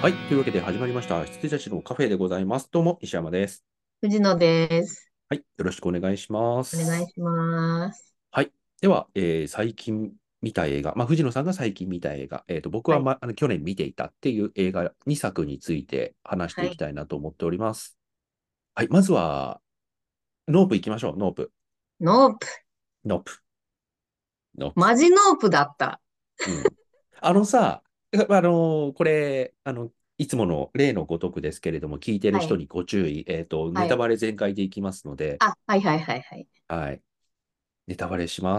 はい。というわけで始まりました。羊たちのカフェでございます。どうも、西山です。 藤野です。 はい。よろしくお願いしまお願いす。 します。 はい。では、最近見た映画、藤野さんが最近見た映画、僕は、 はい。 去年見ていたっていう映画2作について話してはい。 いきたいなと思っております。はい。まずは、ノープ行きましょう。ノープ。 ノープ。 ノープ。ノープ。 マジノープだった。 うん。あのさ、これ、いつもの例のごとくですけれども、聞いてるはい。 人にご注意、ネはい。 タバレ全開でいきますので、 あ、はいはいはいはい。 はい。ネタバレします。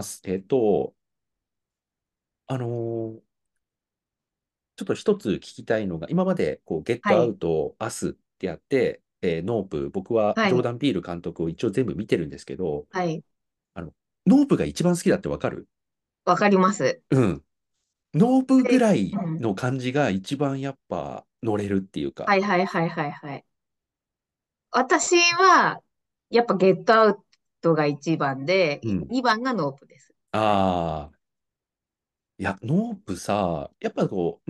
あのーちょっと一つ聞きたいのが、今までゲットアはい。 ウト、アスってやって、ノープ、僕ははい。 ジョーダン・ピール監督を一応全部見てるんですけど、 はい。 あの、ノープが一番好きだってわかる？ わかります。 うん。ノープぐで、 らいうん。 の感じが一番やっぱ乗れるっていうか、 はいはいはいはいはい。私は、やっぱゲットアウトが一番で、 うん。 二番がノープです。はい。 ああ、いや、ノープさ、やっぱ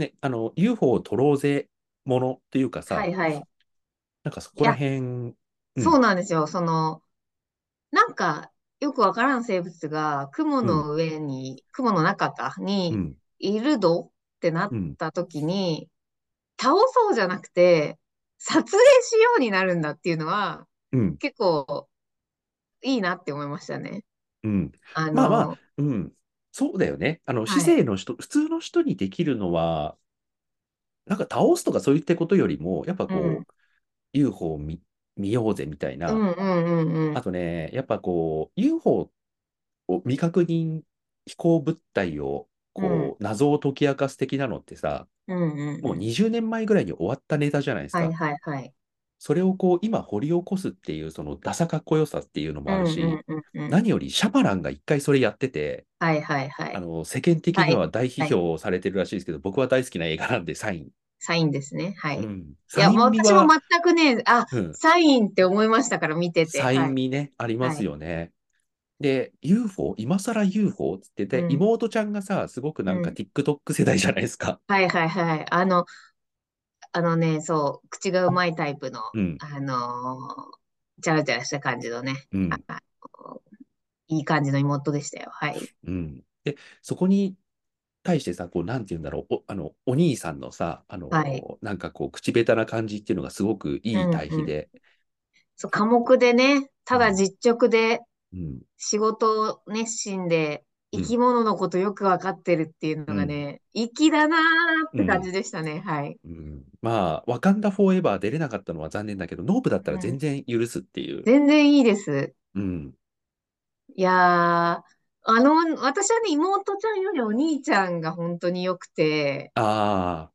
UFO を撮ろうぜものっていうかさ、 はいはい。 なんかそこらいや、 辺、うそうん、 なんですよ。なんか、よくわからん生物がうん、 雲の中にうん、 いるぞってなっうん、 た時に、倒そうじゃなくて、撮影しようになるんだっていうのは、 うん。 結構いいなって思いましたね。 うん。 あまあまあ、 の、 うん。そうだよね。市はい。 政の人、普通の人にできるのは、なんか倒すとかそういったことよりも、やっぱうん。 UFO を見ようぜみたいな。 うんうんうんうん。 あとね、やっぱUFO を未確認飛行物体を、 うん。 謎を解き明かす的なのってさ、 うんうんもううん。 20年前ぐらいに終わったネタじゃないですはいか。 はいはい。 それを今掘り起こすっていう、そのダサかっこよさっていうのもあるうんうんし、 うんうん。 何よりシャマランが一回それやってて、 はいはいはい。 世間的はい。 には大批はい。 評されてるらしいですけど、僕は大好きな映画なんで、サイン。 サインですね。はい。 うん。サいや、 イもう私もン味は、 全くね、あ、 うん、 サインって思いましたから見てて。 サイはい。 ン味ね、ありますはい。 よね。で、UFO? 今更 UFO? って言ってて、 うん。 妹ちゃんがさ、すごくなんかうん。 TikTok 世代じゃないですか。 はいはいはい。あのね、そう、口がうまいタイプの、 うん、 チャラチャラした感じのね、 うん、 いい感じの妹でしたよ。はい。 うん。で、そこに対してさ、なんて言うんだろう、お兄さんのさ、 はい。 なんか口下手な感じっていうのがすごくいいうんうん。 対比で、 そう、寡黙でね、ただうん、 実直で、 うん、 仕事熱心で、生きうん、 物のことよくわかってるっていううん、 のがね、粋だなーって感うん。 じでしたね。はい。 うん、まあ、ワカンダ・フォーエバー出れなかったのは残念だけど、ノープだったらうん。 全然許すっていう。 全然いいです。 うん。 いやー、私はね、妹ちゃんよりお兄ちゃんが本当に良くて、 ああ、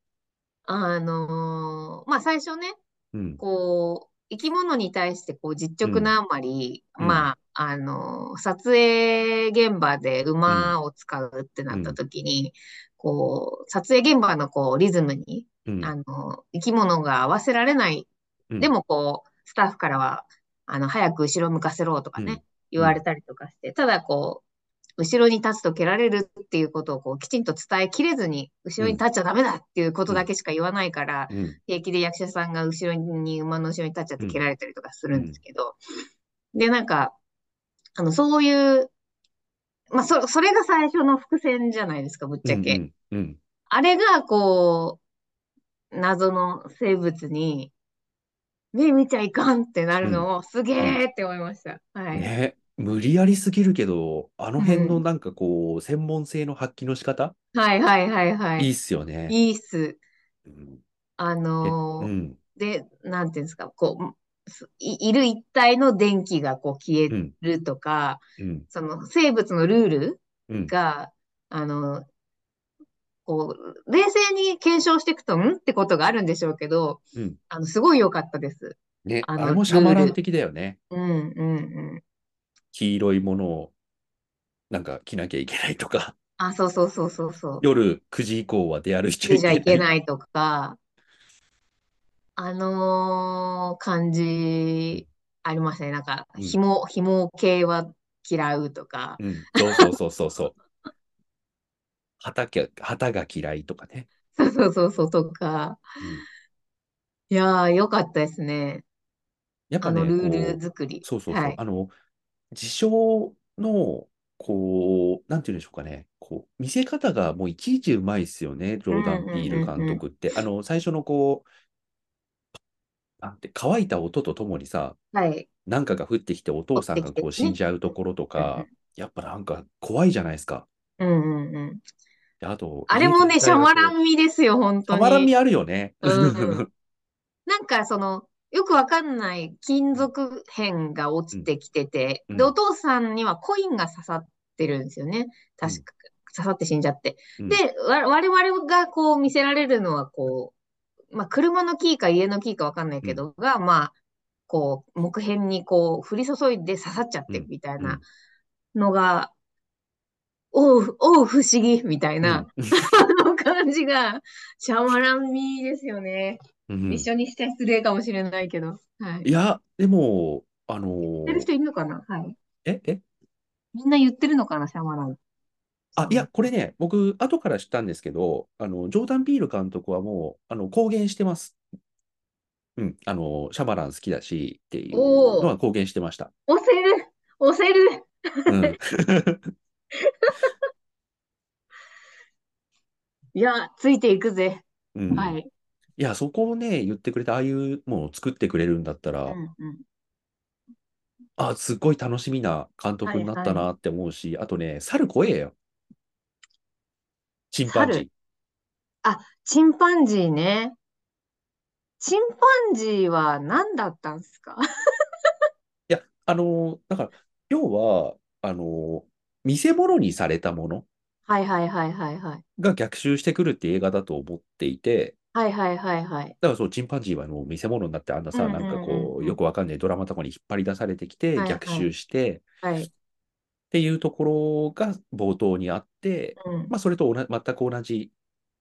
まあ最初ね、 うん、 生き物に対して実うん、 直なあまり、 うん、 撮影現場でうん、 馬を使うってなったうん、 時に、撮影現場のリズムに、 うん、 生き物が合わせられない。 うん、 でもスタッフからは、早く後ろ向かせろとかうん、 ね、言うん、 われたりとかして、ただ後ろに立つと蹴られるっていうことをきちんと伝えきれずに、後ろにうん、 立っちゃダメだっていうことうん、 だけしか言わないから、 うん、 平気で役者さんが馬の後ろに立っちゃって蹴うん、 られたりとかするんですうん、 けど、で、なんか、そういう、まあ、それが最初の伏線じゃないですか、ぶっうん、 ちゃけ。 うん、 あれが、謎の生物に、目見ちゃいかんってなうん、 るのを、すうん。 げーって思いました。はい。 ね、無理やりすぎるけど、あのうん。 辺のなんか専門性の発揮の仕方、 はいはいはいはい。 いいっすよね。 いいっす。 うん、うあん、 で、なんていうんですか、いる一体の電気が消えうん、 るとか、 うん、 その生物のルールうん、 が、冷静に検証していくと、ってことがあるんでしょうけど、 うん。 すごい良かったです。 ね、 あの、 あれもシャルール。 マラン的だよね。 うんうんうん。 黄色いものをなんか着なきゃいけないとか、 あ、そうそうそうそうそ夜9時以降は出歩いう。 ちゃ出ちゃいいけない。 けないとか、感じありますね。なんか、 うん、 紐系は嫌うとか。 うん、そうそうそうそうそう。旗が嫌いとかね。 そうそうそうそうとか。 うん、 いやー、よかったですね。ルやっぱね、 ール作り。 そうそうそう、 はい。 自称の、なんていうんでしょうかね、見せ方がもういちいちうまいですよね、ジョーダン・うんうんピールうんうん。 監督って。最初のなんて、乾いた音とともにさ、 はい。 なんかが降ってきてお父取っさんがてきてね。 死んじゃうところとか、 うんうんやっぱなんか怖いじゃないですか。 うんうんうん。 であと、家全あれもね、シャマラ体がン味ですよ、本た当に。 まらみあるよね。 うん。なんかよくわかんない金うん、 属片が落うん、 ちてきてて、で、おうん、 父さんにはコインが刺さってるんですよね。 うん、 確か、刺さって死んじゃって。 うん、 で、我々がこう見せられるのは、まあ、車のキーか家のキーかわかんないうん、 けど、まあ、木片に降り注いで刺さっちゃってるうん、 みたいなうん、 のが、おう、不思議みたいな、 うん、 あの感じが、シャマランミーですよね。 うん。 一緒にして失礼かもしれないけど。はい。 いや、でも、 言ってる人いるのかな。はい。 え、え、 みんな言ってるのかな、シャマラン。シあ、いや、 ャマこれね、僕、後から知ったんですけど、ジョーダン・ピール監督はもう、公言してます。うん、シャマラン好きだしっていうおー、 のは公言してました。 押せる押せる。 うん。 いや、ついていくぜ。 うん。 はい。 いや、そこをね、言ってくれて、ああいうものを作ってくれるんだったら、 うんうん。 あ、すっごい楽しみな監督になっはいはい。 たなって思うし、あとね、猿怖えよ。チンパンジ猿。 ー。 チンパンジーね。チンパンジーは何だったんですか？ いや、だから、要は、見せ物にされたものはいはいはいはいはい。 が逆襲してくるっていう映画だと思っていて、 はいはいはいはい。 だからそう、チンパンジーはもう見せ物になって、あんなさ、 うんうなんかよんうんうん。 くわかんないドラマとかに引っ張り出されてきて、逆はいはい。 襲してはい。 っていうところが冒頭にあって、 うん。 まあ、それと全く同じ、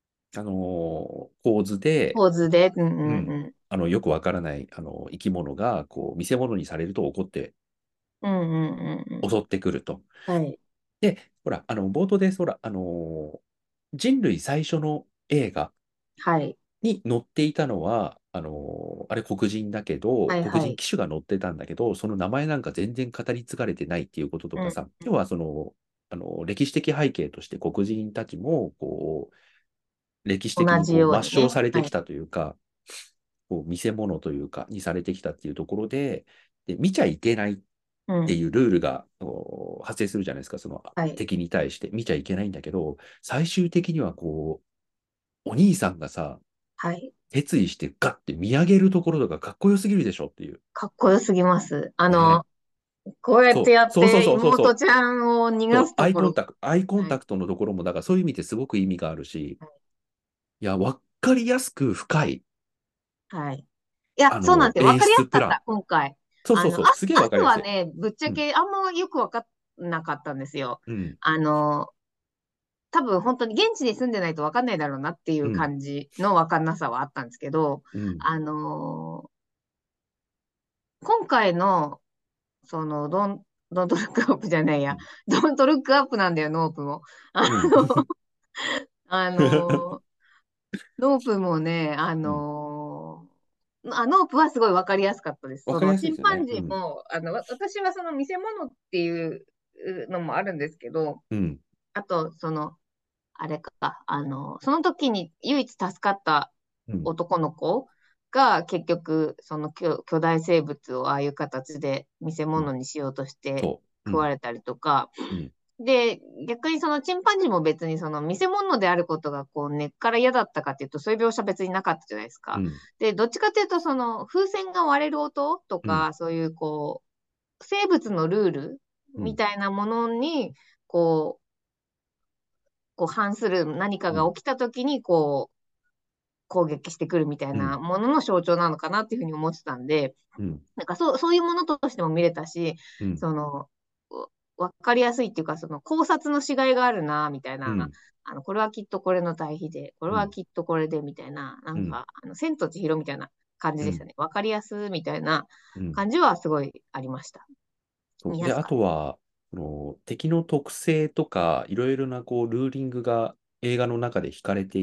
構図で、 ポーズで。うんううん、 んうん。 よくわからない、生き物が、見せ物にされると怒ってうんうんうんうん。 襲ってくると。 はい。 で、ほら、冒頭で、ほら、人類最初の映画はい。 に乗っていたのは、あれ黒人だけど、黒はいはい。 人騎手が乗ってたんだけど、その名前なんか全然語り継がれてないっていうこととうん。 かさ、要は歴史的背景として黒人たちも、歴史的に同じよう抹にね。 消されてはい。 きたというか、見せ物というか、にされてきたっていうところで、見ちゃいけないってうん。 いうルールが発生するじゃないですか、そのはい。 敵に対して見ちゃいけないんだけど、最終的にはお兄さんがさ、 はい。 決意してガッて見上げるところとかかっこよすぎるでしょっていう。 かっこよすぎます。 ね。 こうやってやってそうそうそうそうそう。 妹ちゃんを逃がそう、 すところ。 アイコンはい。 タクトのところも、だからそういう意味ですごく意味があるし、いや、わかりやすく深い、 はい。いや、そうなんですよ。わ演かりや出プラン。 すかった、今回。あそうそうそう、すげえわかりやすい。 とはね、ぶっちゃうん、 けあんまよくわかんなかったんですよ。 うん、 あの、多分本当に現地に住んでないとわかんないだろうなっていううん、 感じのわかんなさはあったんですけど、 うん、 あの、今回の、その、ドントルックアップじゃないや、 うん、 ドントルックアップなんだよ、ノープも。あうん。 の、あの、ノープもね、 うん。 ノープはすごいわかりやすかったです。 わかりやすいチンパンですよね。うん、 ジーも、私はその見せ物っていうのもあるんですけど、 うん、 あと、あれか、その時に唯一助かったうん、 男の子が結局、その巨大生物をああいう形で見せうん。 物にしようとしてそう。うん、 食われたりとか、 うん、 で、逆にそのチンパンジーも別にその見せ物であることが根っから嫌だったかっていうと、そういう描写別になかったじゃないですか。 うん、 で、どっちかというと、その風船が割れる音とうん、 か、そういう生物のルールうん、 みたいなものに、こ反する何かうん、 が起きた時に、攻撃してくるみたいうん、 なものの象徴なのかなっていうふうに思ってたんで、 うん、 なんかそういうものとしても見れたし、 うん、 その、わかりやすいっていうか、その考察のしがいがあるな、みたいな、 うん、 これはきっとこれの対比で、これうん、 はきっとこれで、みたいな、なうん、 んか、千と千尋みたいな感じうん、 でしたね。わかりやす、みたいなうん。 感じはすごいありました。 そう。で、あ見やすかっとは、敵の特性とか、いろいろなルーリングが映画の中で引かれていっ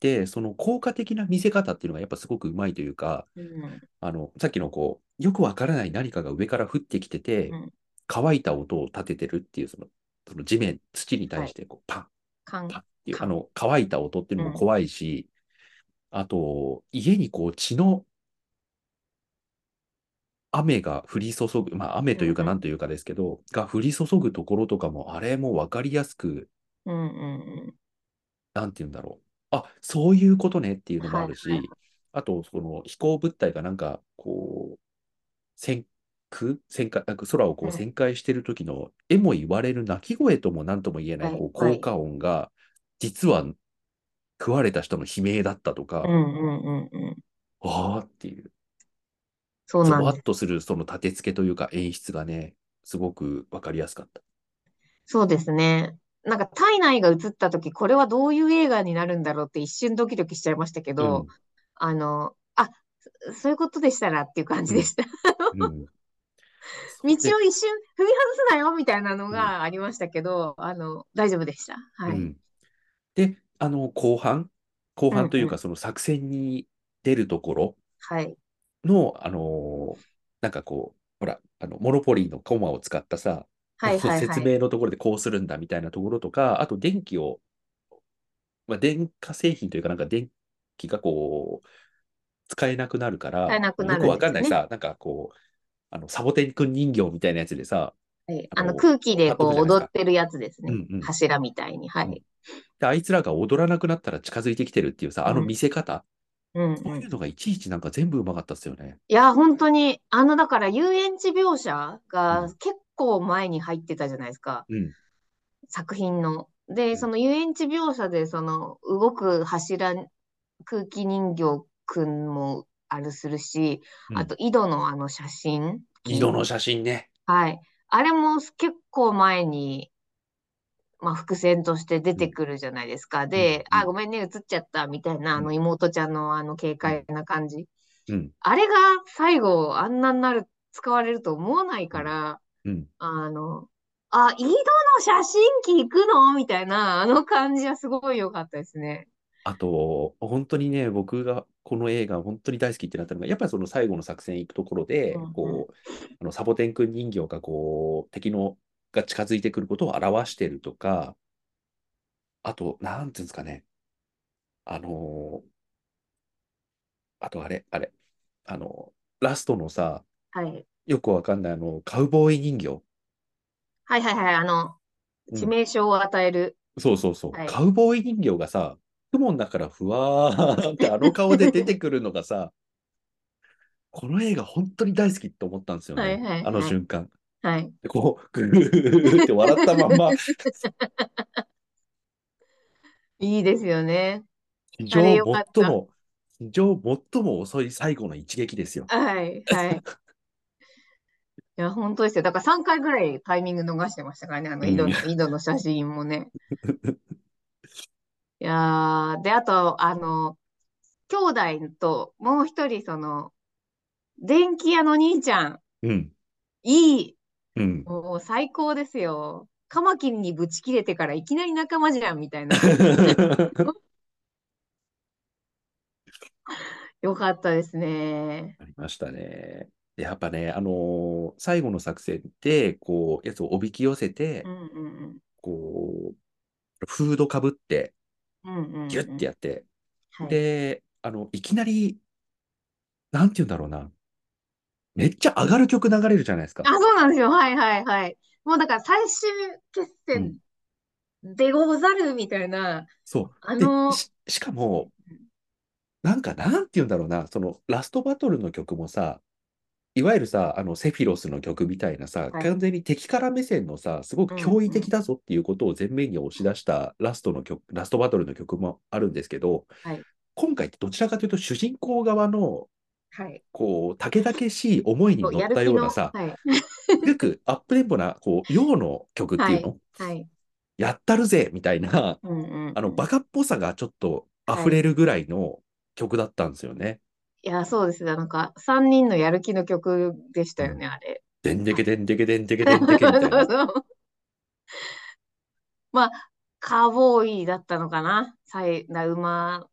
で、その効果的な見せ方っていうのがやっぱすごくうまいというか、 うん。 さっきのこう、よくわからない何かが上から降ってきてて、 うん。 乾いた音を立ててるっていう、その地面、土に対はい。 してこうパン、 カン、 パンっていう、 カン。 乾いた音っていううん。 のも怖いし、あと、家にこう血の雨が降り注ぐ、まあ雨というかうん。 何というかですけど、が降り注ぐところとかも、あれもわかりやすく、 うん。うん。うん。 なんて言うんだろう。あ、そういうことねっていうのもはい。 あるはい。 し、あと、その飛行物体がなんか、こう、旋旋回、なんか空をこううん。 旋回してる時の、えも言われる鳴き声とも何とも言えない、 はい。 こう、 はい。 効果音が、実は食われた人の悲鳴だったとか、 うん。うん。うん。うん。 ああっていう、ゾそうなんです。 ワッとするその立て付けというか演出がね、すごくわかりやすかった。 そうですね。なんか体内が映った時、これはどういう映画になるんだろうって一瞬ドキドキしちゃいましたけど、 うん、 そういうことでしたらっていう感うん、 じでした。 うん。 道をそうで、 一瞬踏み外すなよみたいなのうん、 がありましたけど、大丈夫でした。はい。 うん。で、後うんうん。 半というか、その作戦に出るところはい。 の、なんかこう、ほら、モノポリーのコマを使ったさ、 はいはいはい。 説明のところでこうするんだみたいなところとか、あと電気を、まあ、電化製品というか、なんか電気がこう、使えなくなるから、 使えなくなよくるんですよね。 わかんないさ、なんかこう、サボテンくん人形みたいなやつでさ、 はい。空気で飛ぶこうじゃないですか。 踊ってるやつですね。 うんうん。 柱みたいに。はうん。 い。 で、あいつらが踊らなくなったら近づいてきてるっていうさ、 うん。 見せ方。 うんうん。 そういうのがいちいちなんか全部うまかったっすよね。 いや、本当に、だから遊園地描写がうん。 結構前に入ってたじゃないですか。 うん。 作品の。で、 うん。 その遊園地描写で、その動く柱、空気人形くんもあるするし、 うん。 あと井戸のあの写真機。 井戸の写真ね。 はい。あれも結構前に、まあ、伏線として出うん。 てくるじゃないですか。 うん。 で、あ、 うん。 ごめんね、映っちゃったみたいな、 うん。 妹ちゃんの軽うん。 快な感じ。 うん。 あれが最後、あんなになる、使われると思わないうん。 から、 うん。 あの、井戸の写真機行くのみたいな、あの感じはすごい良かったですね。 あと、本当にね、僕がこの映画本当に大好きってなったのが、やっぱりその最後の作戦行くところで、 うんうん。 こう、サボテンくん人形がこう、が近づいてくることを表してるとか、あと、なんていうんですかね、あのあとあれ、ラストのさ、 はい。 よくわかんないカウボーイ人形。 はいはいはい。 うん。 致命傷を与える。 そうそうそう。 はい。 カウボーイ人形がさ、雲の中からふわーってあの顔で出てくるのがさ、この映画本当に大好きって思ったんですよはいね。あのはいはい。 瞬間。 はい。 で、こう、ぐーって笑ったまんま、 いいですよね。 史上あれよかった。 史上最も遅い最後の一撃ですよ。 はいはい。いや、本当ですよ。だから3回ぐらいタイミング逃してましたからね。 うん。 井戸の写真もね。いやで、あと、兄弟と、もう一人、電気屋の兄ちゃん、 うん。 いい。 うん。 もう最高ですよ。カマキリにぶち切れてからいきなり仲間じゃん、みたいな。よかったですね。 ありましたね。で、やっぱね、最後の作戦で、こう、やつをおびき寄せて、 うんうんこう、フードかぶって、 うん。うんギュッうんうん。 てやって、 はい。 で、いきなり、なんて言うんだろうな、めっちゃ上がる曲流れるじゃないですか。 そうなんですよ。はいはいはい。もうだから最終決うん。 戦でござるみたいな、 そう。で、 あの、 しかも、なんて言うんだろうな、その、ラストバトルの曲もさ、いわゆるさ、セフィロスの曲みたいなさ、 はい。 完全に敵から目線のさ、すごくうんうん。 驚異的だぞっていうことを前面に押し出したラストバトルの曲もあるんですけど、 はい。 今回ってどちらかというと主人公側の、 はい。 こう、たけだけしい思いに乗やったる気の、 ようなさ、 はい。 すごくアップテンポな、こう、洋の曲ってはい。 いうのはい。 やったるぜみたいな、 うんうんうん。 バカっぽさがちょっと溢れはい。 るぐらいの曲だったんですよね。 いや、そうですね。なんか、3人のやる気の曲でしたうん。 よね、あれ。 でんではい。 けでんでけでんでけでんでけみたいな。 そうそう。まあ、カーボーイだったのかな。馬。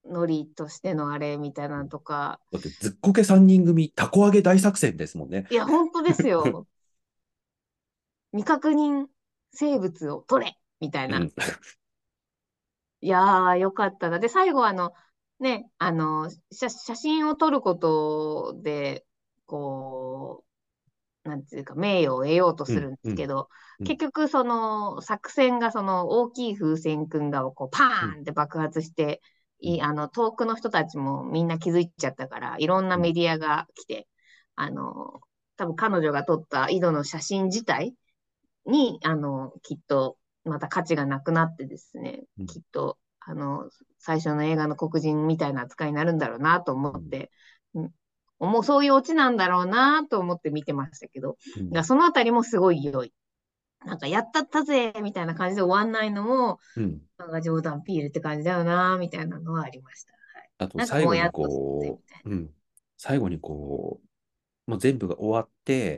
ノリとしてのあれみたいなのとか、 だって、ずっこけ3人組、たこ揚げ大作戦ですもんね。 いや、本当ですよ。未確認生物を取れみたいな。 うん。 いやー、よかったな。で、最後ね、写真を撮ることで、こなんていうか、名誉を得ようとうん。 するんでうん。 すけど、 うん。 結局、その作戦が、その大きい風船くんがこうパうん。 ーンって爆発して、 うん。 遠くの人たちもみんな気づいちゃったから、いろんなうん。 メディアが来て、あの、多分彼女が撮った井戸の写真自体に、きっと、また価値がなくなってですね、 うん。 きっと、最初の映画の黒人みたいな扱いになるんだろうなと思うん。 って、もうそういうオチなんだろうなと思って見てましたけど、 うん。 がそのあたりもすごい良い。なんか、やったったぜみたいな感じで終わんないのも、 うん。 なんかジョーダンピールって感じだよなみたいなのはありました。はい。 あと、 なんかも最後にやっとすってみたいうん。最後にもう全部が終わって、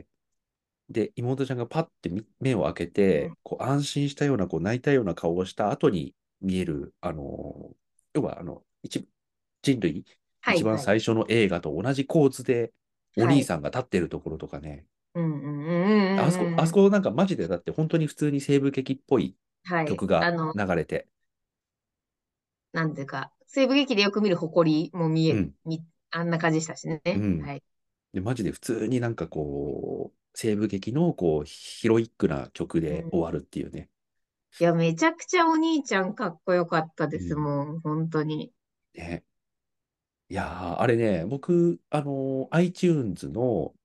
で、妹ちゃんがパッて目を開けな。うて、 ん。 安心したような、泣いたような顔をした後に見える、要は、人類、一番はいはい。 最初の映画と同じ構図で、おはい。 兄さんが立ってるところとかね、 うんうんうんうんあうんうん。 そこなんかマジでだって本当に普通に西部劇っぽいはい。 曲が流れて、 なんていうか、西部劇でよく見る埃もうん、 あんな感じでしたしね。 うん。 はい。 で、マジで普通に西部劇のヒロイックな曲うん。 で終わるっていうね。 いや、めちゃくちゃお兄ちゃんかっこよかったですうん。 もん、本当に。 ね。いやー、あれね、僕、iTunes の、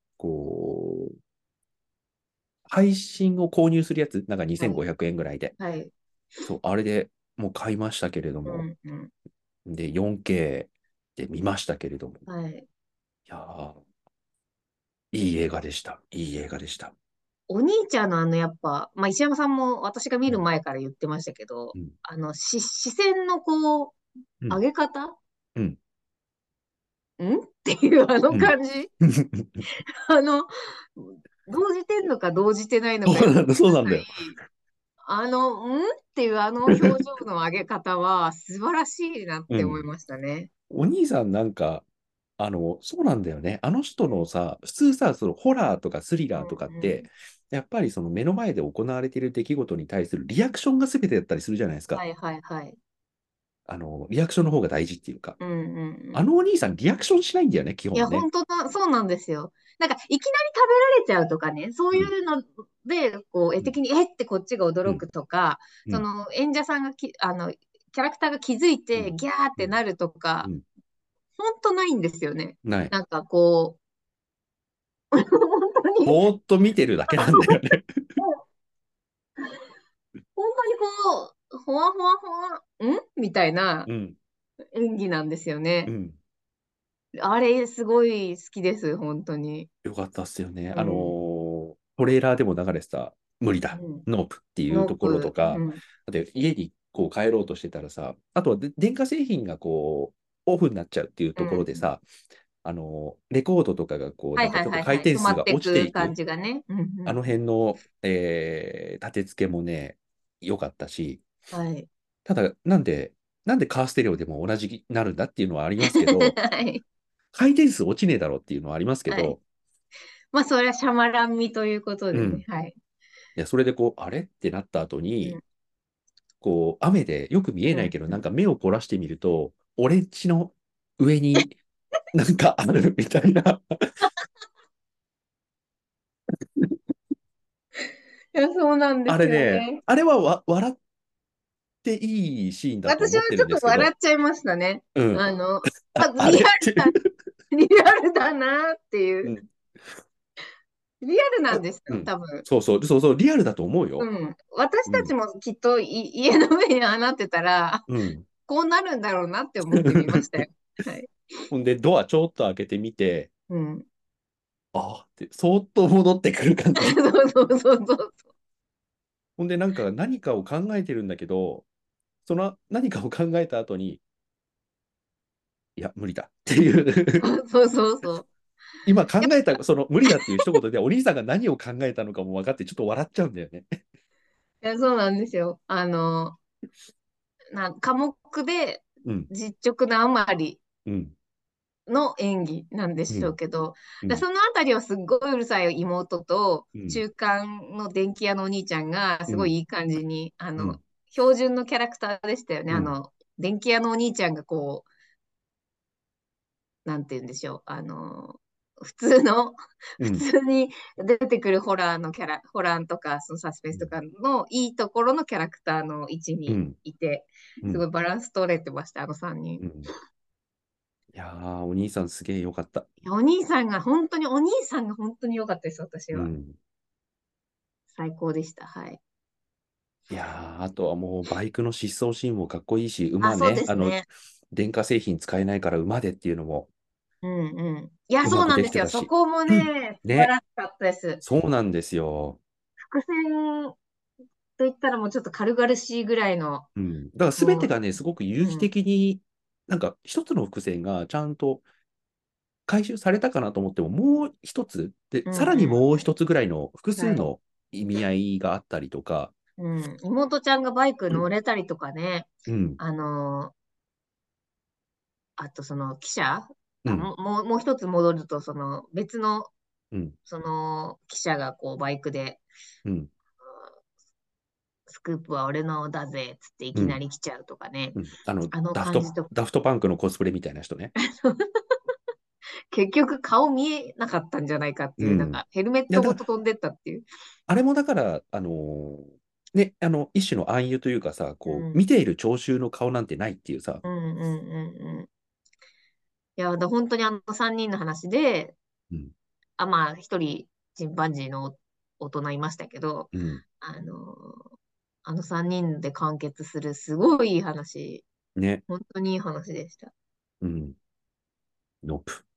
配信を購入するやつ、なんかはい。 2500円ぐらいで。 はい。 そう、あれでもう買いましたけれども、 うんうん。 で、4K で見ましたけれども、いはい。 やー、いい映画でした。いい映画でした。 お兄ちゃんのやっぱ、まあ、石山さんも私が見うん、 る前から言ってましたけど、 うん、 視線のうん、 上げ方うん、 っていううん。 感じあの、動じてんのか動じてないのかよくわかんそうなんだよ。 ない。っていう表情の上げ方は素晴らしいなっうん。 て思いましたね。 お兄さんなんか、そうなんだよね。あの人のさ、普通さ、そのホラーとかスリうんラーとかっうん。 て、やっぱりその目の前で行われている出来事に対するリアクションが全てだったりするじゃないですか。 はいはいはい。 リアクションの方が大事っていうか。 うんうんうん。 あのお兄さんリアクションしないんだよね、基いや、 本ね。 本当だ、そうなんですよ。なんか、いきなり食べられちゃうとかね、そううん、 いうので、絵うん、 的に、えってこっちがうん、 驚くとか、 うん、 演者さんがキャラクターが気づいて、 うん、 ギャーっうん、 てなるとか、 うん。 本当ないんですよね。 ない。 なんか本当に、 ぼーっと見てるだけなんだよね。 本当にほわほわほわ、みたいなうん、 演技なんですよね。 うん。 あれ、すごい好きです、本当に。 よかったっすよね。 うん。 トレーラーでも流れてた、無理だ、 うん。 ノープっていうところとノープ、 か、 うん。 だって家に帰ろうとしてたらさ、あとは電化製品がオフになっちゃうっていうところでうん。 さ、レコードとかがはいなんかちょっとはいはいはい。 回転止まって数が落ちてく感いく、 じがね。うんうあのん。 辺の、立て付けもね、良かったし、 はい。 ただ、なんでカーステレオでも同じになるんだっていうのはありますけど、 はい。 回転数落ちねえだろっていうのはありますけはい。 ど、 まあ、それはシャマラン味ということでね。 うん。 はい。 いや、それであれってなった後に、 うん。 雨でよく見えうん。 ないけど、なんか目を凝らしてみると、オレンジの上になんかあるみたいな。 いや、そうなんであすれね、 よね。 あれは笑っていいシーンだと思ってるん私はちょっとですけど、 笑っちゃいましたね。 うん。あリアルれっていだ、 う。 リアルだなっていう。 うん。 リアルなんですよ、 うん。 多分。 そうそう、そうそう、リアルだと思うよ。 うん。私うん。 たちもきっと家の上にああなってたら、 うん。 こうなるんだろうなって思ってみましたよ。はい。 ほんで、ドアちょっと開けてみて、 うん。 あって、そーっと戻ってくる感じ。 そうそうそうそう。 ほんで、なんか何かを考えてるんだけど、その何かを考えた後に、いや、無理だっていうそうそうそう。 今考やっえた、その無理だっていう一言で、お兄さんが何を考えたのかも分かって、ちょっと笑っちゃうんだよね。 いや、そうなんですよ。科目でうん、 実直なあまりうん、 の演技なんでしょううん、 けど、 うん、 そのあたりはすっごいうるさい妹と、 うん、 中間の電気屋のお兄ちゃんがうん、 すごいいい感じに、 うん、 標準のキャラクターでしたよね。 うん、 電気屋のお兄ちゃんがこう、なんて言うんでしょう。普通の、普うん、 通に出てくるホラーのキャラ、ホラーとか、そのサスペンスとかのいいところのキャラクターの位置にうん、 いて、 うん、 すごいバランス取れてました、あの3人。 うん。いやー、お兄さんすげえよかった。 お兄さんが本当に良かったです、私は。 うん。 最高でした。はい。 いやー、あとはもうバイクの疾走シーンもかっこいいし、 あ、そう馬ね、 ですね。 電化製品使えないから馬でっていうのもうんうん。いや、 うまくでそうなんですよ。 きてたし。 そこもうんね、素晴ね、 らしかったです。 そうなんですよ。 伏線と言ったらもうちょっと軽々しいぐらいの、 うん。だから全もう、 てがね、すごく有機うん、 的に、なんか一つの伏線がちゃんと回収されたかなと思っても、もう一つ、で、 うん、 さらにうん。 もう一つぐらいの複はい。 数の意味合いがあったりとか、 うん。妹ちゃんがバイクうん、 乗れたりとかね、 うん、 あの、あとその記者うん、 もう一つ戻ると、別の、 うん、 その記者がこうバイクで、 うん、 スクープは俺のだぜ、つっていきなうん、 り来ちゃうとかね。 うん。 あの感じと、 ダフトパンクのコスプレみたいな人ね。 結局顔見えなかったんじゃないかっていう、なんうん。 かヘルメッいや、 トごと飛んでったっていう。 あれもだから、ね、一種の暗喩というかさ、こう、 うん。 見ている聴衆の顔なんてないっていうさ、 うんうんうんうん。いや、本当にあの3人の話で、 うん、 まあ、1人チンパンジーの大人いましたけど、 うん、 あの、あの3人で完結するすごいいい話、 ね、 本当にいい話でした。 うん、ノープ。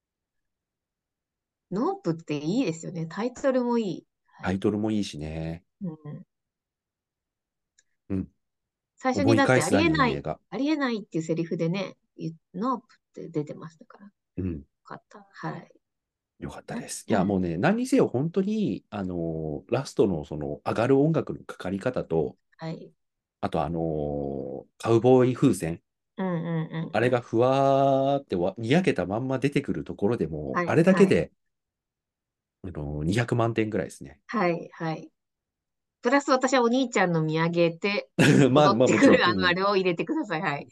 ノープっていいですよね。タイトルもいい。はい。 タイトルもいいしね。 うん、 うん。 最初にだって思い返すだにいい映画。 ありえないっていうセリフでね、ノープって出てましたから。ようん。 かった。はい。 よかったです。いや、 うん。 もうね、何にせよ本当に、ラストのその上がる音楽のかかり方と、 はい。 あとカウボーイ風船、 うんうんうんうん。 あれがふわーってにやけたまんま出てくるところでも、 はあいはい。 れだけで、200万点ぐらいですね。 はいはい。プラス私はお兄ちゃんの土産でまあ、 戻ってくまあもちろん。うん。 るあれを入れてください。はい。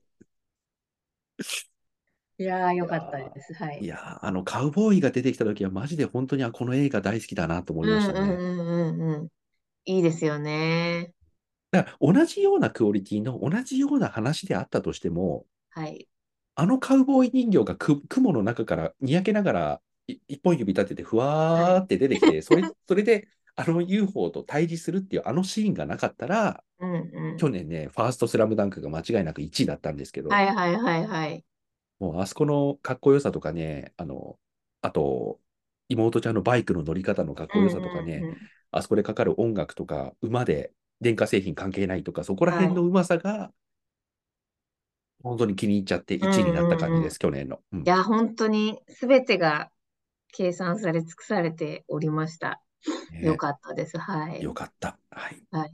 いやー、よいやかったです。はい。 カウボーイが出てきたときは、マジで本当にこの映画大好きだなと思いましうんたね。 うんうんうんうん。いいですよね。 だから同じようなクオリティの同じような話であったとしても、 はい。 あのカウボーイ人形が雲の中からにやけながら一本指立ててふはい。 わーって出てきて、それであの UFO と対峙するっていうあのシーンがなかったら、 うんうん。 去年ね、ファーストスラムダンクが間違いなく1位だったんですけど、 はいはいはいはい。 もうあそこのかっこよさとかね、あと、妹ちゃんのバイクの乗り方のかっこようんさとかね、 うんうん。 あそこでかかる音楽とか、馬で電化製品関係ないとか、そこらはい。 辺のうまさが、本当に気に入っちゃって1位にうんうなった感じんうん。いです、去年の。うん。 や、本当に全てが計算され尽くされておりました。よね、 かったです。はい。 よかった。はい。 はい。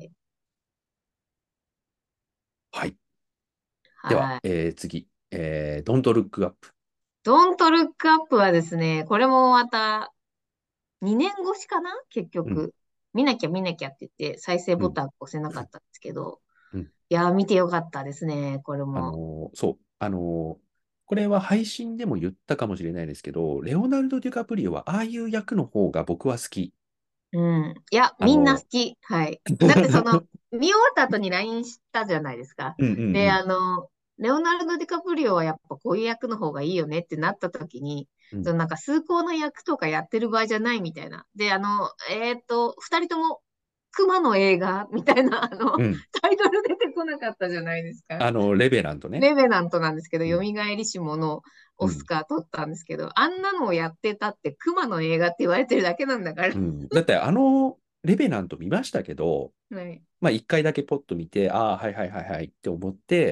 はい。では、 はい。 次。Don't Look Up。 ドントルックアップはですね、これもまた2年越しかな結うん、 局。見なきゃ見なきゃって言って再生うん、 ボタン押せなかったんですけど、 うん。 いやー、見てよかったですね、これも。 そう。これは配信でも言ったかもしれないですけど、レオナルド・デュカプリオはああいう役の方が僕は好き。 うん。いや、みんな好あの、 き。はい。だって見終わった後に LINE したじゃないですか。 うんうんうで、 ん。 レオナルド・ディカプリオはやっぱこういう役の方がいいよねってなった時に、 うん、 そのなんか崇高な役とかやってる場合じゃないみたいな。で、二人とも熊の映画みたいな、 うん。 タイトル出てこなかったじゃないですか。 レベラントね。 レベナントなんですけど、 うん、 蘇りし者のオスうん、 カー取ったんですけど、あんなのをやってたって熊の映画って言われてるだけなんだから。 うん。だってレベナント見ましたけど、 はい。 まあ一回だけポッと見て、ああ、はいはいはいはいって思って、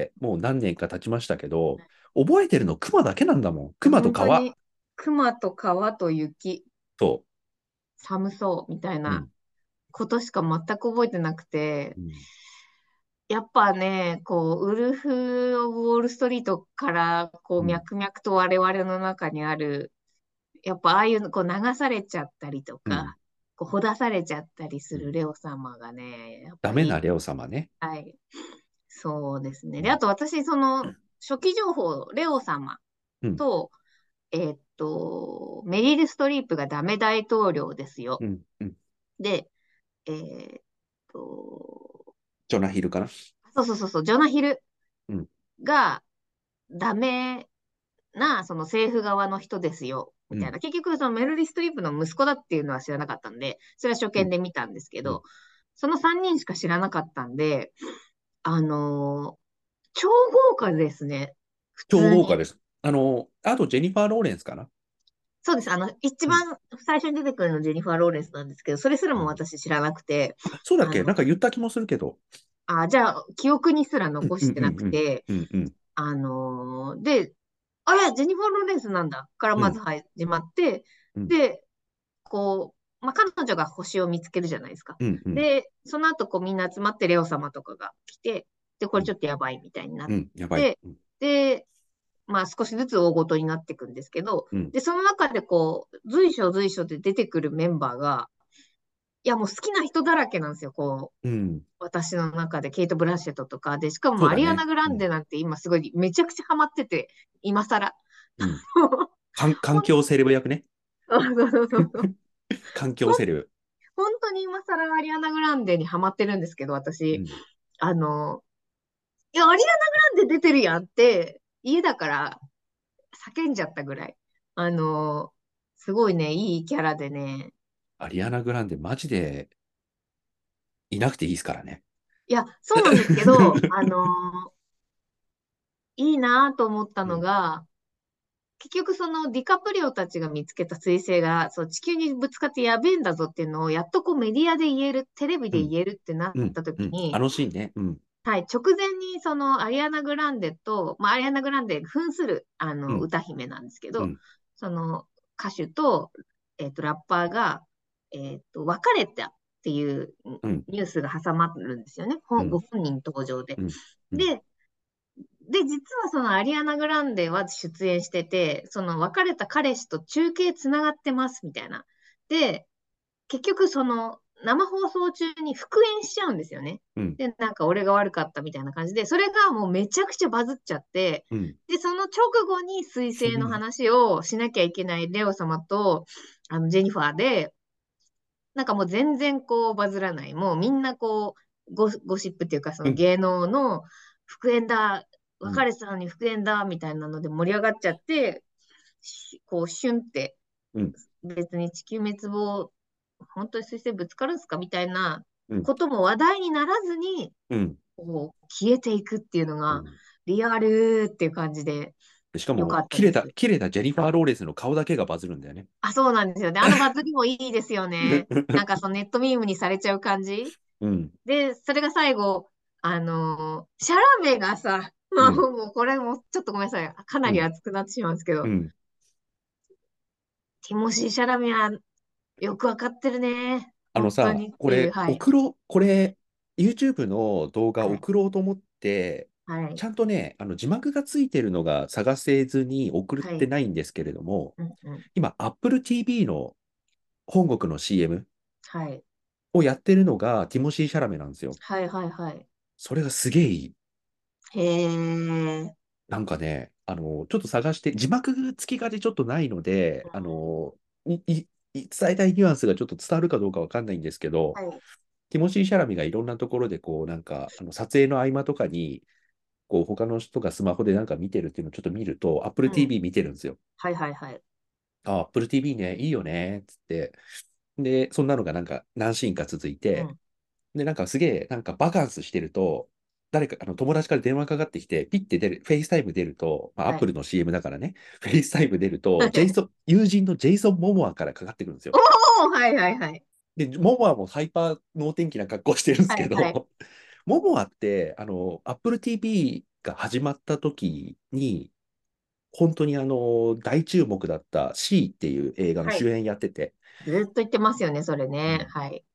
もう何年か経ちましたけど、覚えてるの熊だけなんだもん。 いや、 熊と川。 本当に熊と川と雪、 そ寒そうみたいう。うなん。 ことしか全く覚えてなくて、 うん。 やっぱね、こう、ウルフ・オブ・ウォール・ストリートから、こう、 うん、 脈々と我々の中にある、やっぱああいう、こう、流されちゃったりとうん。 か、こう、ほだされちゃったりすうん。 るレオ様がね、やっぱいい。 ダメなレオ様ね。 はい。そうですね。で、あうん。 と私、その、初期情報、レオ様うん。 と、メリル・ストリープがダメ大統領ですよ。 うん。うん。 で、えーっと、 ジョナヒルかな。 そうそうそうそう、ジョナヒルうん。 がダメな、その政府側の人ですよ、 うん。 みたいな。結局、そのメルリ・ストリープの息子だっていうのは知らなかったんで、それは初うん。 見で見たんですけうん。 ど、その3人しか知らなかったんで、あのー超豪華ですね。普超通に。 豪華です。あとジェニファー・ローレンスかな。 そうです。一うん。 番最初に出てくるのジェニファー・ローレンスなんですけど、それすらもうん。 私知らなくて、 あ、そうだっあの、 けなんか言った気もするけど。 じゃあ、記憶にすらうんうん残してなうんうん。 くて、 うんうん。 で、あれ、ジェニファー・ローレンスなんだからうんまず始まって、 うん。 で、まあ、彼女が星を見つけるじゃないですか。 うんうん。 で、その後、こう、みんな集まってレオ様とかが来て、で、こうんれちょっとやばいみたいになっうん。やばい。 て、で、まあ、少しずつ大ごとになっていくんですけど、 うんで、その中でこう、随所随所で出てくるメンバーが、いや、もう好きな人だらけなんですよ、こう。 うん。 私の中でケイト・ブランシェットとか、で、しかもアリアナ・そうだね。 グラうん。 ンデなんて今すごいめちゃくちゃハマってて、今更。 うん。環境セレブ役ね。 そうそうそうそう。 環境セレブ。 本当に今更アリアナ・グランデにハマってるんですけど、私。 うん。 あの、いや、アリアナ・グランデ出てるやんって、家だから叫んじゃったぐらい。あの、すごいね、いいキャラでね。 アリアナ・グランデ、マジでいなくていいですからね。 いや、そうなんですけど、いいなと思ったうん。 のが、結局そのディカプリオたちが見つけた彗星が、そう、地球にぶつかってやべえんだぞっていうのを、やっとこうメディアで言える、テレビうん。 で言えるってなうん。 ったうん。 時に、 シーンね。うん。 はい、直前にそのアリアナ・グランデと、まあ、アリアナ・グランデ扮するうん。 歌姫なんですけど、 うん。 その歌手と、ラッパーが、別れたっていううん。 ニュースが挟まるんですよね。 うん。 ご本人登場で。 うん。うん。 で、実はそのアリアナ・グランデは出演してて、その別れた彼氏と中継つながってますみたいな。で、結局その生放送中に復縁しちゃうんですよね。 うん。 で、なんか俺が悪かったみたいな感じで、それがもうめちゃくちゃバズっちゃって、 うん。 で、その直後に彗星の話をしなきゃいけないレオ様と、ジェニファーで、なんかもう全然こうバズらない。もうみんなこう、ゴシップっていうかそうん。 の芸能の復縁だ、 うん。 別れてたのに復縁だ、みたいなので盛り上がっちゃって、こう、シュンってうん。 別に地球滅亡、本当に彗星ぶつかるんですかみたいなうん。 ことも話題にならずに、 うん。 こう、消えていくっていうのが、 うん。 リアルっていう感じでしかも、 よかったです。 切れたジェニファー・ローレンスの顔だけがバズるんだよね。 あ、そうなんですよね。あのバズりもいいですよね。なんかそのネットミームにされちゃう感じ。 うん。 で、それが最後、シャラメがさ、まあうん。 もうこれもちょっとごめんなさい。かなりうん。 熱くなってしまうんですけど、 うん。 ティモシー・シャラメはよくわかってるね。本当にっていう、はい。 これ、YouTube の動画はい。 送ろうと思って、 はい。 ちゃんとね、字幕がついてるのが探せずに送っはい。 てないんですけれども、 うんうん。 今、Apple TV の本国の CM はい。 をやってるのがティモシー・シャラメなんですよ。 はいはいはい。 それがすげえいい。 へえ。 なんかね、ちょっと探して、字幕付きがでちょっとないので、いい伝えたいニュアンスがちょっと伝わるかどうかわかんないんですけど、 はい。 ティモシー・シャラミがいろんなところで、こう、なんか、撮影の合間とかに、こう、他の人がスマホでなんか見てるっていうのをちょっと見ると、Apple うん。 TV 見てるんですよ。 はいはいはい。 あ、Apple TV ね、いいよね、つって。で、そんなのがなんか何シーンか続いて、 うん。 で、なんかすげえ、なんかバカンスしてると、誰か、友達から電話かかってきて、ピッて出る、フェイスタイム出ると、まあ、アッはい。 プルの CM だからね、フェイスタイム出ると、友人のジェイソン・モモアからかかってくるんですよ。 おお、はいはいはい。 で、モモアもハイパー能天気な格好してるんですはいはい。 けど、モモアって、Apple TV が始まった時に、本当に大注目だった C っていう映画のはい。 主演やってて、 ずっと言ってますよね、それね。 うん。 はい。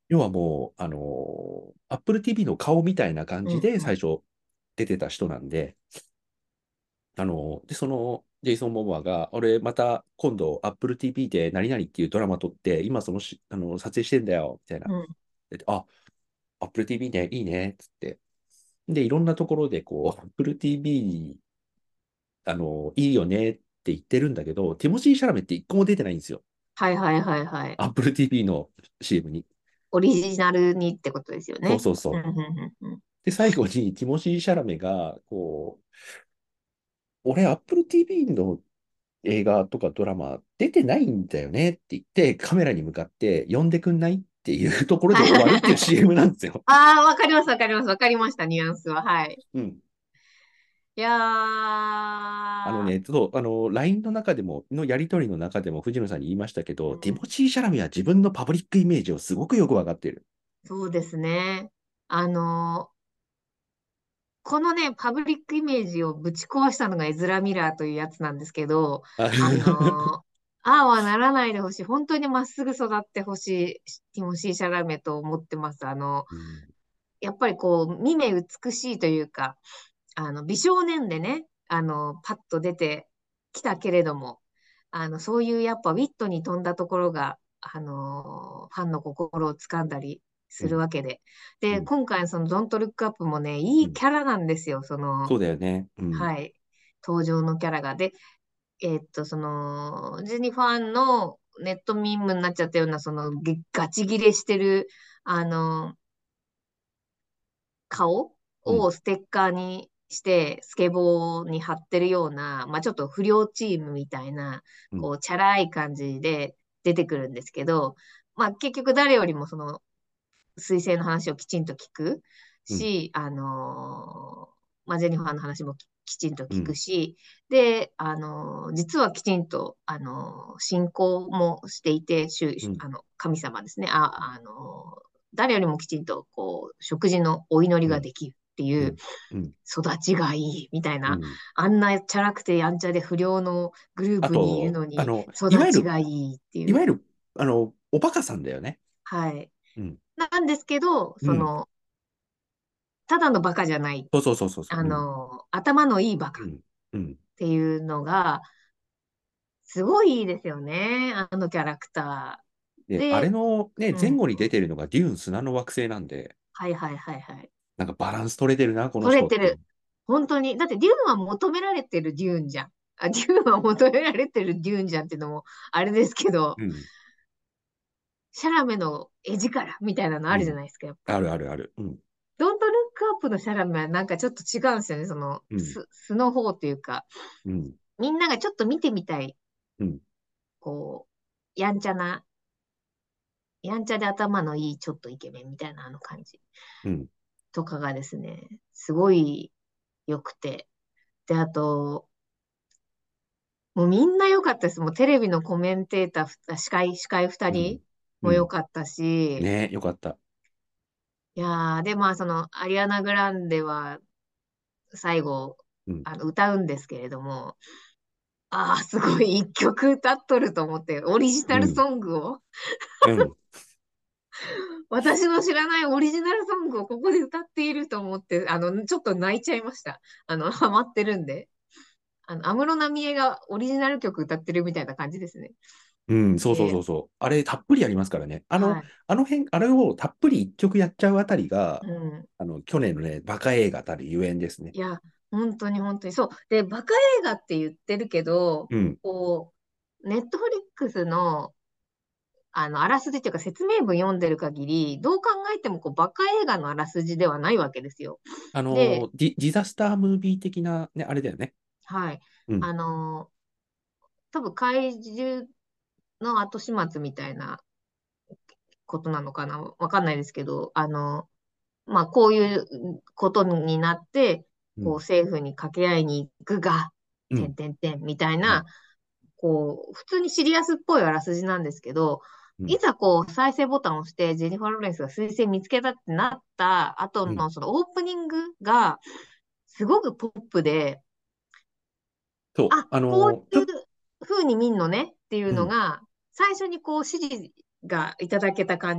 要はもう、Apple TV の顔みたいな感じうんうん。 で最初出てた人なんで、で、そのジェイソン・モモアが、俺また今度 Apple TV で何々っていうドラマ撮って、今そのし、撮影してんだよ、みたいな。 うん。 であ、Apple TV ね、いいね、つって。で、いろんなところでこう、Apple TV、いいよねって言ってるんだけど、ティモシー・シャラメって一個も出てないんですよ。 はいはいはいはい。 Apple TV の CM に。 オリジナルにってことですよそうね。 そうそう。 うんうんうんうん。 で、最後にティモシー・シャラメが、こう、俺 Apple TV の映画とかドラマ出てないんだよねって言って、カメラに向かって呼んでくんないっていうところで終わるっていう CM なんですよ。 ああ、わかりますわかります。わかりました、ニュアンスは。はい。 うん。 いやー、 そう、LINE の中でも、のやりとりの中でも藤野さんに言いましたけど、ティうん、 モシー・シャラメは自分のパブリックイメージをすごくよくわかっている。 そうですね。あの、このね、パブリックイメージをぶち壊したのがエズラ・ミラーというやつなんですけど、 ああの、ああはならないでほしい。本当にまっすぐ育ってほしい、ティモシー・シャラメと思ってます。 うん、 やっぱりこう、見目美しいというか、美少年でね、パッと出てきたけれども、そういうやっぱウィットに富んだところが、ファンの心を掴んだりするうん、 わけで。で、 うん、 今回そのドントルックアップもね、いうん。 いキャラなんですよ、 そうだよね。うん、 はい、登場のキャラが。で、ジェニファーのネットミームになっちゃったような、ガチギレしてる、あの、顔うん、 をステッカーにして、スケボーに貼ってるような、まあちょっと不良チームみたいな、 うん、 こう、チャラい感じで出てくるんですけど、まあ結局誰よりもその、彗星の話をきちんと聞くうん、 し、まあジェニファーの話もきちんと聞くうん、 し、で、実はきちんと、信仰もしていて、 うん、 神様ですね。誰よりもきちんと、こう、食事のお祈りうん、 ができるっていううん、うん。 育ちがいいみたいな、 うんあんなチャラくてやんちゃで不良のグルーあプにいると、 のに育いわゆる、 ちがいいっていう。 いわゆる、おバカさんだよね。 はい。 うん。 なんですけど、 うん。 ただのバカじゃない。 そうそうそうそうそう。うん。 頭のいいバカっうん。うん。 ていうのが、すごいいいですよね。あのキャラクター。 で、あれで、 のね、 うん。 前後に出てるのがデューン砂の惑星なんで、 はいはいはいはい。 なんかバランス取れてるな、この人って。 取れてる。本当に。だってデューンは求められてるデューンじゃん。あ、デューンは求められてるデューンじゃんっていうのもあれですけど、 うん。 シャラメの絵力みたいなのあうん。 るじゃないですか、やっぱあり。 るあるある。うん。 ドントルックアップのシャラメはなんかちょっと違うんですよね。 うん。 素の方というか、 うん。 みんながちょっと見てみたい、 うん。 こう、やんちゃな、やんちゃで頭のいいちょっとイケメンみたいなあの感じうん。 とかがですね、すごい良くて。で、あと、もうみんな良かったです。もうテレビのコメンテーター、司会二人うん。うも良ん。 かったし、 ねよかった。 いやー、で、まあ、アリアナ・グランデは最後、 うん。 歌うんですけれども、ああ、すごい一曲歌っとると思って、オリジナうん。 ルソングを、 うん。 私の知らないオリジナルソングをここで歌っていると思って、ちょっと泣いちゃいました。ハマってるんで。安室奈美恵がオリジナル曲歌ってるみたいな感じですね。 うん。そうそうそうで、 そう。あれ、たっぷりありますからね。 はい。 あの辺、あれをたっぷり一曲やっちゃうあたりが、 うん。 去年のね、バカ映画たるゆえんですね。 いや、本当に本当に。そう。で、バカ映画って言ってるけど、 うん。 こネットフリックスのあらすじっていうか説明文読んでる限り、どう考えてもこうバカ映画のあらすじではないわけですよ。で、 ディザスタームービー的な、ね、あれだよね。 はい。 うん。 あの、多分怪獣の後始末みたいなことなのかなわかんないですけど、まあ、こういうことになって、 うん。 こう政府に掛け合いに行くが、てんうん。 てんてんみたいな、 うん。 こう、普通にシリアスっぽいあらすじなんですけど、 うん。 いざこう再生ボタンを押してジェニファー・ローレンスが彗星見つけたってなった後うん。 のそのオープニングがすごくポップで、 そう。 あ、こういう風に見んのねっていううん。 のが最初にこう指示がいただけた感じ。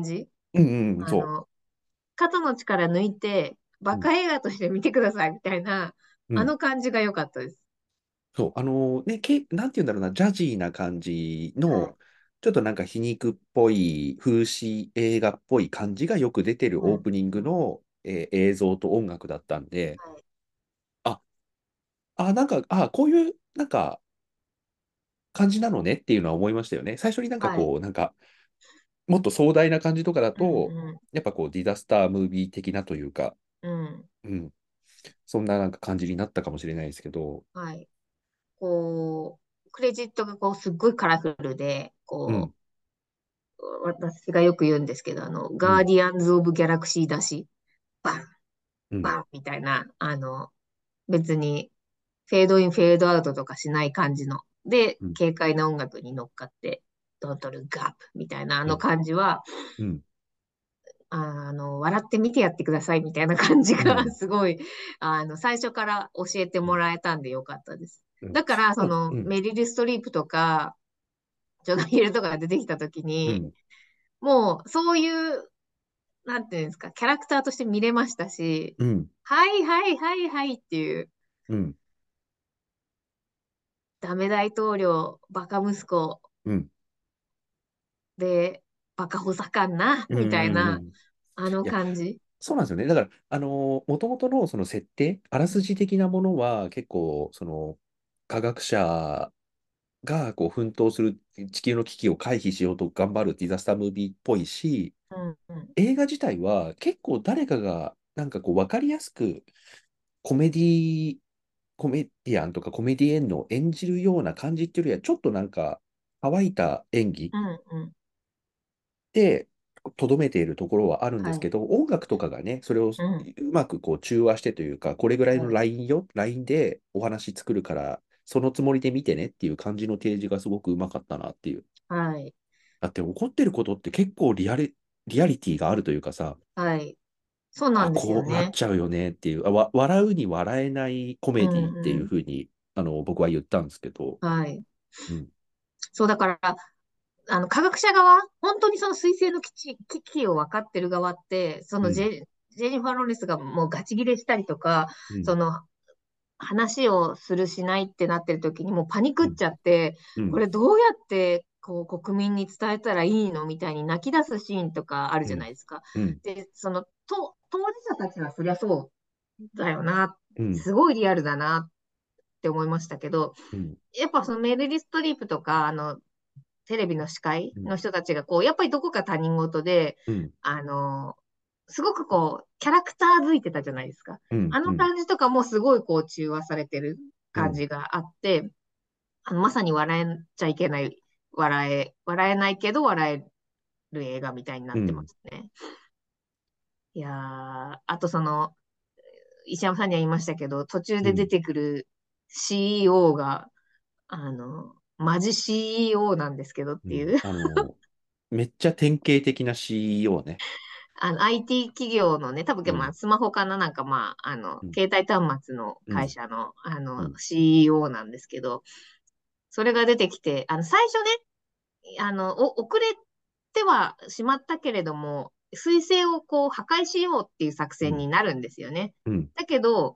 うんうん、そあの、肩の力抜いて、 う。うん。 バカ映画として見てくださいみたいな、 うん。 あの感じが良かったです。 そう。ね、なんて言うんだろうな、ジャジーな感じの、 はい。 ちょっとなんか皮肉っぽい、風刺映画っぽい感じがよく出てるうん。 オープニングの、映像と音楽だったんで、 はい。 あ、なんか、こういう、なんか、感じなのねっていうのは思いましたよね。最初になんかはい。 こう、なんか、もっと壮大な感じとかだと、 うんやっぱこう、ディザスタームービー的なというか、 うん。うん。 うん、そんななんか感じになったかもしれないですけど、 はい。こう、クレジットがこう、すっごいカラフルで、 うん、 私がよく言うんですけど、 うん、 ガーディアンズ・オブ・ギャラクシーだし、バン、 うん、 バンみたいな、別に、フェードイン、フェードアウトとかしない感じの、で、 うん、 軽快な音楽に乗っかって、ドントルガップみたいなあのうん、 感じは、 うん、 笑ってみてやってくださいみたいな感じがうん、 すごい、最初から教えてうん、 もらえたんでよかったです。 うん、 だから、 そう、うん、 メリル・ストリープとか、ジョナヒルとかが出てきたときに、 うん、 もう、そういう、なんていうんですか、キャラクターとして見れましたし、 うん、 はいはいはいはいっていう、 うん、 ダメ大統領、バカ息子うん、 で、バカ補佐官な、 うん、 みたいな、 うん。 あのいや、 感じ。 そうなんですよね。だから、もともとのその設定、あらすじ的なものは結構、科学者がこう奮闘する地球の危機を回避しようと頑張るディザスタームービーっぽいし、 うんうん。 映画自体は結構誰かがなんかこう分かりやすくコメディコメディアンとかコメディエンヌを演じるような感じっていうよりは、ちょっとなんか乾いた演技うんうん。 でとどめているところはあるんではい。 すけど、音楽とかがね、それをうん。 うまくこう中和してというか、これぐらいのはい。 ラインよ、ラインでお話作るから、そのつもりで見てねっていう感じの提示がすごくうまかったなっていう。 はい。 だって起こってることって結構リアリティがあるというかさ、 はい。そうなんですよこうなっね。 ちゃうよねっていう、笑うに笑えないコうメディっていうんうん。 ふうに、僕は言ったんですけど、 はい。 うん、 そう、だから、科学者側、本当にその彗星の危機を分かってる側って、 うん、 ジェニファー・ローレンスがもうガチギレしたりとか、 うん、 その話をするしないってなってる時にもうパニうん、 クっちゃって、 うん、 これどうやってこう国民に伝えたらいいのみたいに泣き出すシーンとかあるうん、 じゃないですか。 うん、 で、当事者たちはそりゃそうだよな、 うん、 すごいリアルだなって思いましたけど、 うん、 やっぱそのメルリストリープとか、テレビの司会うん、 の人たちがこう、やっぱりどこか他人事で、 うん、 あの、すごくこう、キャラクターづいてたじゃないですか。 うん、 あのうん、 感じとかもすごいこう中和されてるうん、 感じがあって、まさに笑えちゃいけない、笑えないけど笑える映画みたいになってまうん、 すね。いやあと石山さんには言いましたけど、途中うん、 で出てくる CEO が、マジ CEO なんですけどっていう、 めっちゃ典型的な CEO ね。 IT 企業のね、多分、まあ、 うん、 スマホかななんか、まあ、 うん、 携帯端末のうん、 会社の、 うん、 CEO なんですけど、それが出てきて、最初ね、遅れてはしまったけれども、彗星をこう破壊しようっていう作戦にうん、 なるんですよね。 うん、 だけど、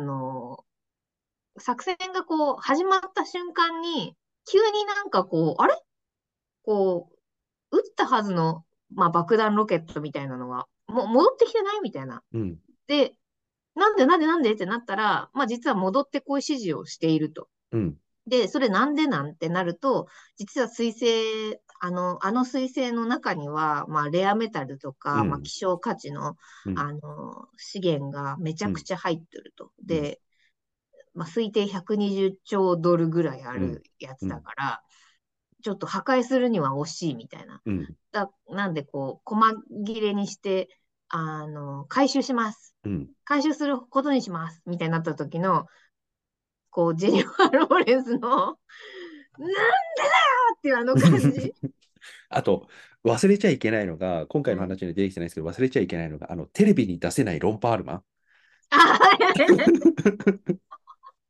作戦がこう始まった瞬間に、急になんかこう、あれこ撃ったはずの、まあ、爆弾ロケットみたいなのは、もう戻ってきてないみたいな。 うん、 で、なんでってなったら、まあ実は戻ってこい指示をしていると。 うん、 で、それなんでなんてなると、実は水星、水星の中には、まあレアメタルとか、まあうん、 希少価値の、 うん、 資源がめちうん、 ゃくちゃ入ってると。 うん、 で、まあ推定120兆ドルぐらいあうん、 るやつうん、 だから、ちょっと破壊するには惜しいみたいな。 うん、 なんでこう、細切れにして、回収します。 うん。 回収することにします。みたいになった時の、こう、ジェニファー・ローレンスの、なんでだよっていうあの感じ。 あと、忘れちゃいけないのが、今回のはい。 話には出てきてないですけど、忘れちゃいけないのが、テレビに出せないロンパールマン。 あ、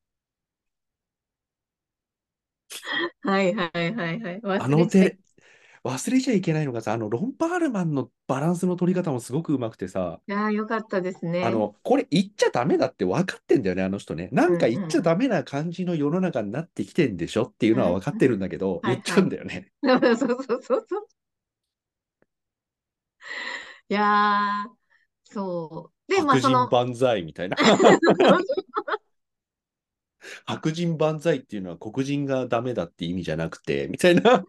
はいはいはいはい。 あ忘れちゃい、 のテレ、 忘れちゃいけないのがさ、ロンパールマンのバランスの取り方もすごくうまくてさ、 いやー、よかったですね。 これ言っちゃダメだって分かってんだよね、あの人ね。なんかうん言っちゃダメな感じの世の中になってきてんでしょっていうのはうん。 分かってるんだけど、言っちゃうんはいはい。 だよね。 そうそうそうそう。いやー、そう。で、まあ、 白その、 人万歳みたいな。白人万歳っていうのは黒人がダメだって意味じゃなくて、みたいな。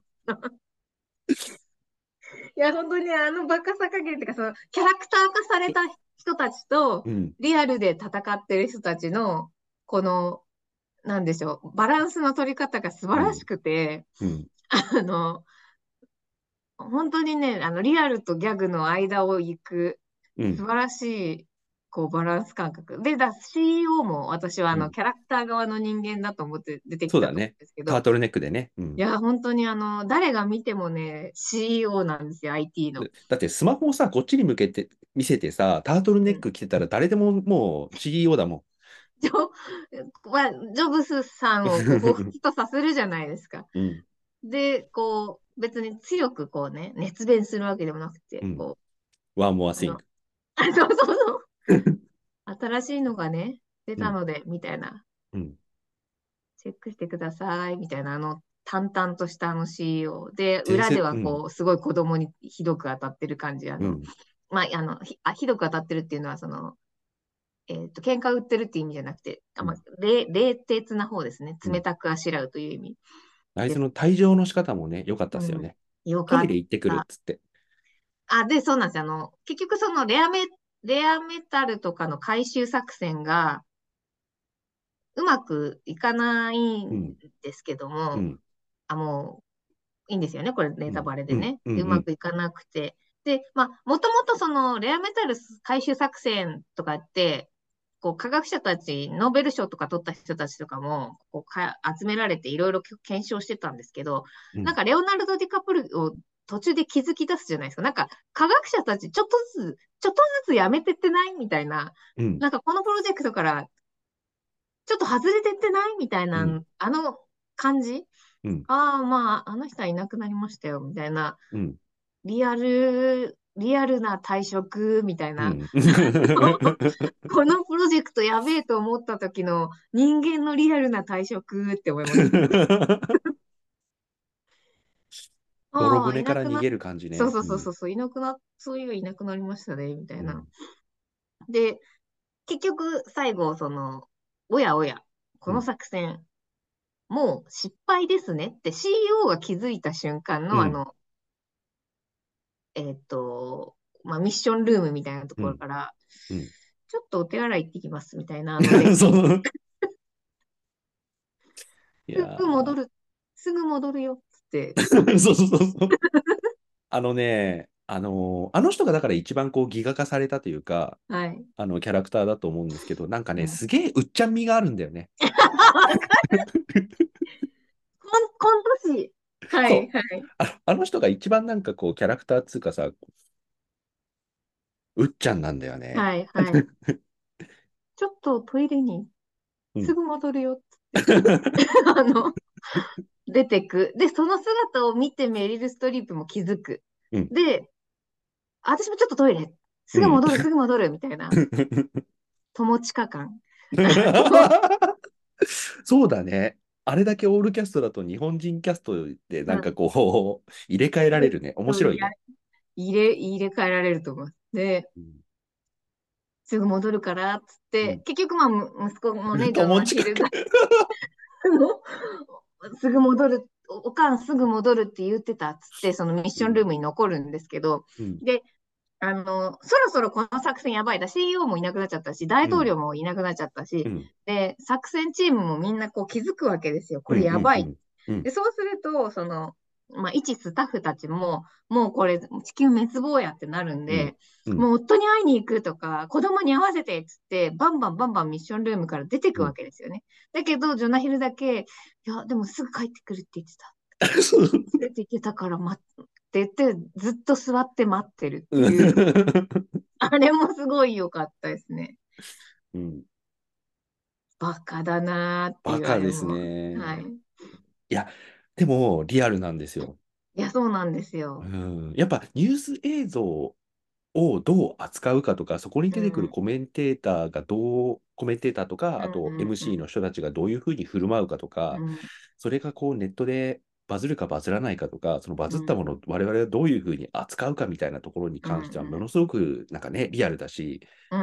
いや、本当にあのバカさ加減っていうか、そのキャラクター化された人たちと、 うん、 リアルで戦ってる人たちの、この、なんでしょう、バランスの取り方が素うん、 晴らしくて、 うん、 あの、本当にね、リアルとギャグの間を行く、 うん、 素晴らしい、こう、バランス感覚。で、CEO も私はうん。 キャラクター側の人間だと思って出てきたと思うんそうだね。 ですけど、 タートルネックでね。うん。 いや、本当に誰が見てもね、CEO なんですよ、IT の。 だってスマホをさ、こっちに向けて見せてさ、タートルネうん。 ック着てたら誰でももう CEO だもジョ、ジョブスさん。 んをこう彷彿とさせるじゃないですか。 うん、 で、こう、別に強くこうね、熱弁するわけでもなくて、 うん。 こ one more う、 thing。 そうそうそう、新しいのがね、出うん、 たので、みたいな、 うん。 チェックしてください、みたいな、淡々としたCEO で、裏で伝説、うん、 はこう、すごい子供にひどく当たってる感じ、 うん、 まあ、ひどく当たってるっていうのは、喧嘩売ってるっていう意味じゃなくて、 うん。 冷徹な方ですね。 うん。 冷たくあしらうという意味あいです。 つの退場の仕方もね、良かったっすようん。 ね。 よかっトイレ行ってくるった。 つって。 あ、で、そうなんですよ。結局そのレアメタルとかの回収作戦がうまくいかないんうん、 ですけども、 うん、 もういいんですよね。これネタうん、うん、 バレでね。 うん、 で、ううん、 まくいかなくて。で、まあ、もともとそのレアメタル回収作戦とかって、こう科学者たち、ノーベル賞とか取った人たちとかも集められていろいろ検証してたんですけど、 うん、 なんかレオナルド・ディカプリオ途中で気づき出すじゃないですか。なんか科学者たちちょっとずつやめてってないみたいな。 うん、 なんかこのプロジェクトからちょっと外れてってないみたいな、 うん、 感じ。 うん、 ああ、まあ、あの人はいなくなりましたよ、みたいな。 うん、 リアルな退職みたいな。 うん。 このプロジェクトやべえと思った時の人間のリアルな退職って思いました。 泥ああ、い船から逃なくなっ、 げる感じそうね。うん、 そうそうそうそう、そういういなくなりましたね、みたいな。 うん、 で、結局、最後、おやおや、このうん、 作戦、もう失敗ですねって CEO が気づいた瞬間のうん、 えっと、まあ、ミッションルームみたいなとうん、 ころから、 うん。 ちょっとお手洗い行ってきますみたいな、で、 そう。いすぐ戻やる、すぐ戻るよ、つって。 ーそうそうそうそう。あの人がだから一番こうギガ化されたというか、 はい。 キャラクターだと思うんですけど、なんかね、 うん。 すげえうっちゃんみがあるんだよね。 コント師。はい、 そう。 はい。 あの人が一番なんかこう、キャラクターっつうかさ、うっちゃんなんだよね。 はい、はい。ちょっとトイレにうん。 すぐ戻るよ、つって。あの、出てく。で、その姿を見てメリル・ストリープも気づく。 うん。 で、私もちょっとトイレ。すうん。 ぐ戻る、すぐ戻る、みたいな。友近感。あのそうだね。あれだけオールキャストだと日本人キャストでなんかこう、入れ替えられるね。面白いね。 入れ替えられると思います。で、 うん。 すぐ戻るから、つって、 うん。 結局まあ、息子もね、ジョン・友近く。 アヒルがすぐ戻る、おかんすぐ戻るって言ってたっつって、そのミッションルーうん。 ムに残るんですけど、 うん。 で、そろそろこの作戦やばいだ、CEO もいなくなっちゃったし、大統うん。 領もいなくなっちゃったし、 うん。 で、作戦チームもみんなこう気づくわけですよ。こうん。 れやばい。 うん。うん。 で、そうすると、まあ、一スタッフたちも、もうこれ地球滅亡やってなるんうん。 で、 うん。 もう夫に会いに行くとか、子供に会わせてっつって、バンバンバンバンミッションルームから出てくわうん。 けですよね。だけど、ジョナヒルだけ、いや、でもすぐ帰ってくるって言ってた。 そう。 出てきたから待ってって言って、ずっと座って待ってるってういう、 ん。 あれもすごい良かったですね。 うん。 バカだなーっていうあバカですれも。はね。 い。 いや、でも、リアルなんですよ。 いや、そうなんですうよ。 ん。やっぱニュース映像をどう扱うかとか、そこに出てくるうん、 コメンテーターとか、あとうん、うん、 MC の人たちがどういうふうに振る舞うかとか、 うん、 それがこうネットでバズるかバズらないかとか、そのバうん、 ズったものを我々がどういうふうに扱うかみたいなところにうん、 関しては、もうん、 のすごくなんかね、リアルだし、 うん、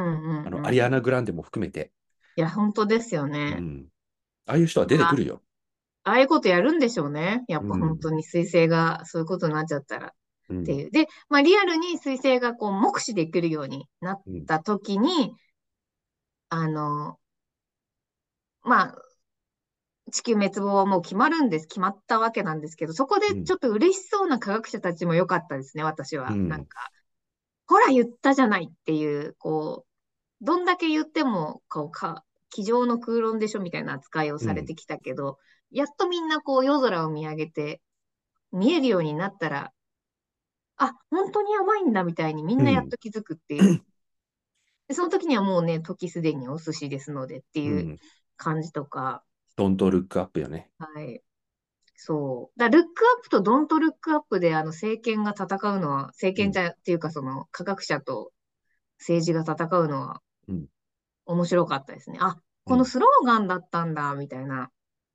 うん、 アリアナ・うん。 グランデも含めて、 いや、本当ですよね。 うん。ああいう人はまあ、 出てくるよ。 ああいうことやるんでしょうね。やっぱ本うん。 当に彗星がそういうことになっちゃったらっうん。 ていう。で、まあリアルに彗星がこう目視できるようになっうん。 た時に、あの、まあ地球滅亡はもう決まったわけなんですけど、そこでうん。 ちょっと嬉しそうな科学者たちも良かったですね、私は。なんうん。 か、ほら言ったじゃないっていう、こう、どんだけ言っても、机上の空論でしょみたいな扱いをうん。 されてきたけど、やっとみんなこう夜空を見上げて、見えるようになったら、あ、本当にやばいんだみたいにみんうん。 なやっと気づくっていう。で、その時にはもうね、時すでにお寿司ですのでっていううん。 感じとか、 ドントルックアップよね。 はい。そう。ルックアップとドントルックアップで政権が戦うのは、政うん。 権じゃっていうかその科学者と政治が戦うのはうん。 面白かったですね。あ、 うん。 このスローガンだったんだ、みたいな。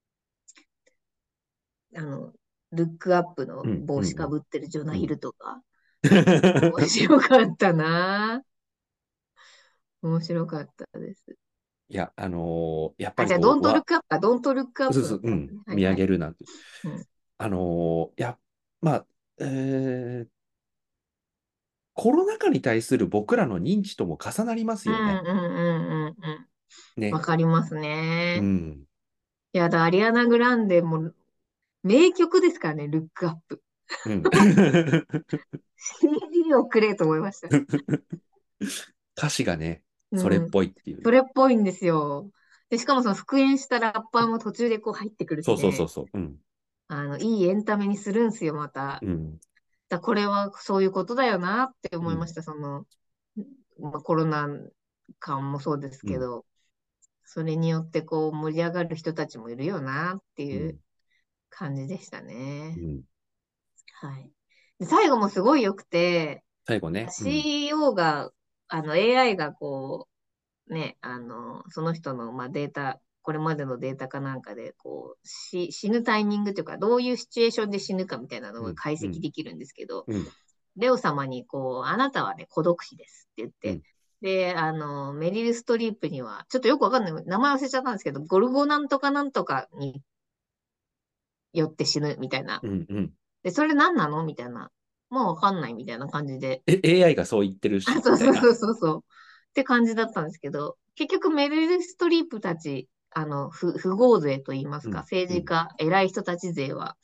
あの、ルックアップのうん。うん。 帽子かうん。 ぶってるジョナヒうん。 ルとか、面白かったな。面白かったです。 いや、やっぱあ、 りじゃあ、ドントルックアップか、ドントルックアッそうそう、 プだったんですね。はい見上はい。 げるなんて。 うん。 あのまあ、ーコロナ禍に対する僕らの認知とも重なりますうんよね。 うんうんうんうん。わね。 かりますね。 うん。 いやだ、アリアナ・グランデも名曲ですからね、ルックアップ。 うん。 CD をくれと思いました。 歌詞がね、それっうん。 ぽいっていう。 それっぽいんですよ。で、しかもその復縁したラッパーも途中でこう入ってくるそうそうそしね、 うそう。うん。 いいエンタメにするんすよ、また。 うん。 これはそういうことだよなってうん。 思いました。まあ、コロナ禍もそうですうん。 けど、それによってこう盛り上がる人たちもいるよなっていううん。 感じでしたね。 うん。 はい。で最後もすごい良くて、 最後ね。うん。 CEO が、AI がこう、ね、その人の、まあ、データ、これまでのデータかなんかで、死ぬタイミングというか、どういうシチュエーションで死ぬかみたいなのうん。 が解うん。 析できるんですけど、 うん。 レオ様に、あなたはね、孤独死ですって言って、 うん。 で、メリル・ストリープには、ちょっとよくわかんない、名前忘れちゃったんですけど、ゴルゴなんとかなんとかによって死ぬみたいな。 うん。うん。 で、それ何なのみたいな。もうわかんないみたいな感じで。 AI がそう言ってるあ、 し、 そうそうそみたいな。 うそうそう。って感じだったんですけど、結局メリル・ストリープたち、富豪勢といいますか、 うん。うん。 政治家、偉い人たち勢は、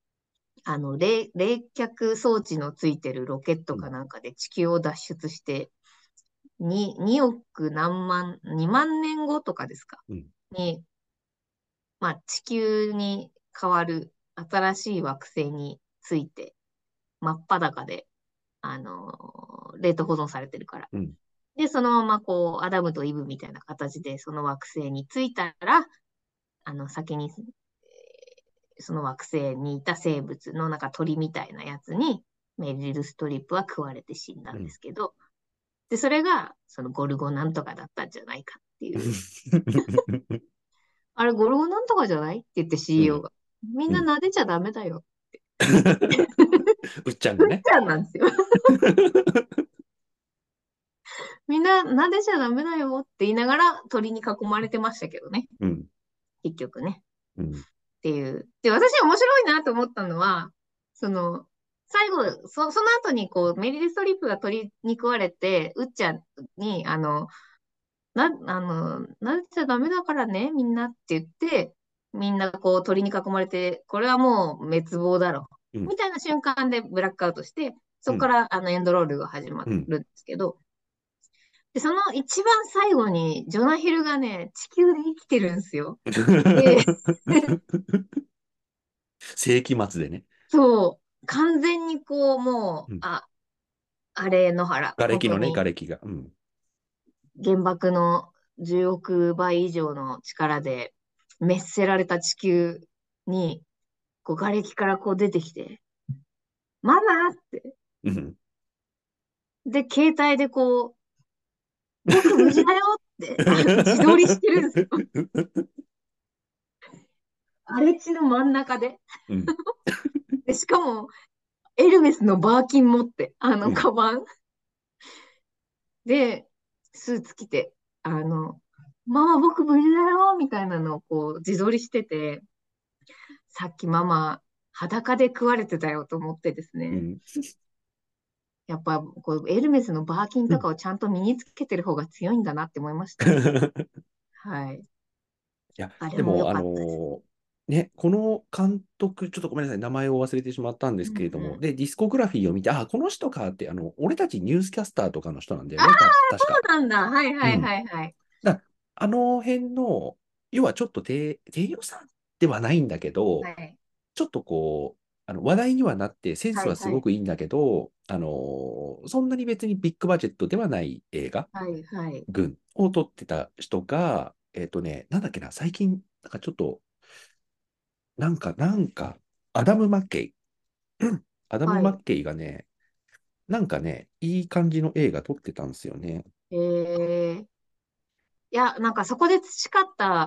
冷却装置のついてるロケットうん。 かなんかで地球を脱出して、2億何万、2万年後とかですかうん。 に、まあ、地球に代わる新しい惑星について、真っ裸で、冷凍保存されてるから。 うん。 で、そのままアダムとイブみたいな形でその惑星に着いたら、先に、その惑星にいた生物のなんか鳥みたいなやつに、メリル・ストリップは食われて死んだんでうん。 すけど、で、それが、そのゴルゴなんとかだったんじゃないかっていう。あれ、ゴルゴなんとかじゃないって言ってう CEO ん。 が。みんなうん。 撫でちゃダメだよ。 うっちゃんがね。 ふっちゃんなんですよ。みんな撫でちゃダメだよって言いながら鳥に囲まれてましたけどね。 うん。 結局ね。 うん。 っていう。で、私面白いなと思ったのは、その、最後、その後にメリル・ストリップが鳥に食われて、うっちゃんに、撫でちゃダメだからね、みんなって言って、みんな鳥に囲まれて、これはもう滅亡だろうん。 みたいな瞬間でブラックアウトして、そうん。 こからエンドロールが始まうん。 るんですけど、で、その一番最後に、ジョナヒルがね、地球で生きてるんですよ。で、 世紀末でね。 そう、完全にもう、 うん。 あれ野原、 瓦礫のね、 本当に瓦礫が。うん。 原爆の10億倍以上の力で滅せられた地球に、瓦礫から出てきて、 ママって。 うん。 で、携帯でこう、僕無事だよって、自撮りしてるんですよ。荒地の真ん中で。 うん。 で、しかも、エルメスのバーキン持って、 うん。 カバンで、スーツ着て、ママ僕無事だよみたいなのをこう自撮りしてて、さっきママ裸で食われてたよと思ってですね。 うん。 やっぱこうエルメスのバーキンうん。 とかをちゃんと身につけてる方が強いんだなって思いました。はい。 いや、 あれでも、 も良かったです。 ね、この監督、ちょっとごめんなさい、名前を忘れてしまったんでうんすけれども、 うん。 で、ディスコグラフィーを見て、あ、この人かって、俺たちニュースキャスターとかの人なんだよああ、 ね、確か。 そうなんだ。はいはいうん。 はいはい。 だあの辺の、要はちょっと低予算ではないんだけど、 はい。 ちょっと話題にはなって、センスはすはいはい。 ごくいいんだけど、そんなに別にビッグバジェットではない映画はいはい。 群を撮ってた人が、なんだっけな、最近、なんかちょっと、なんか、アダム・マッケイ。アダム・はい。 マッケイがね、なんかね、いい感じの映画撮ってたんですよね。 いや、なんかそこで培った、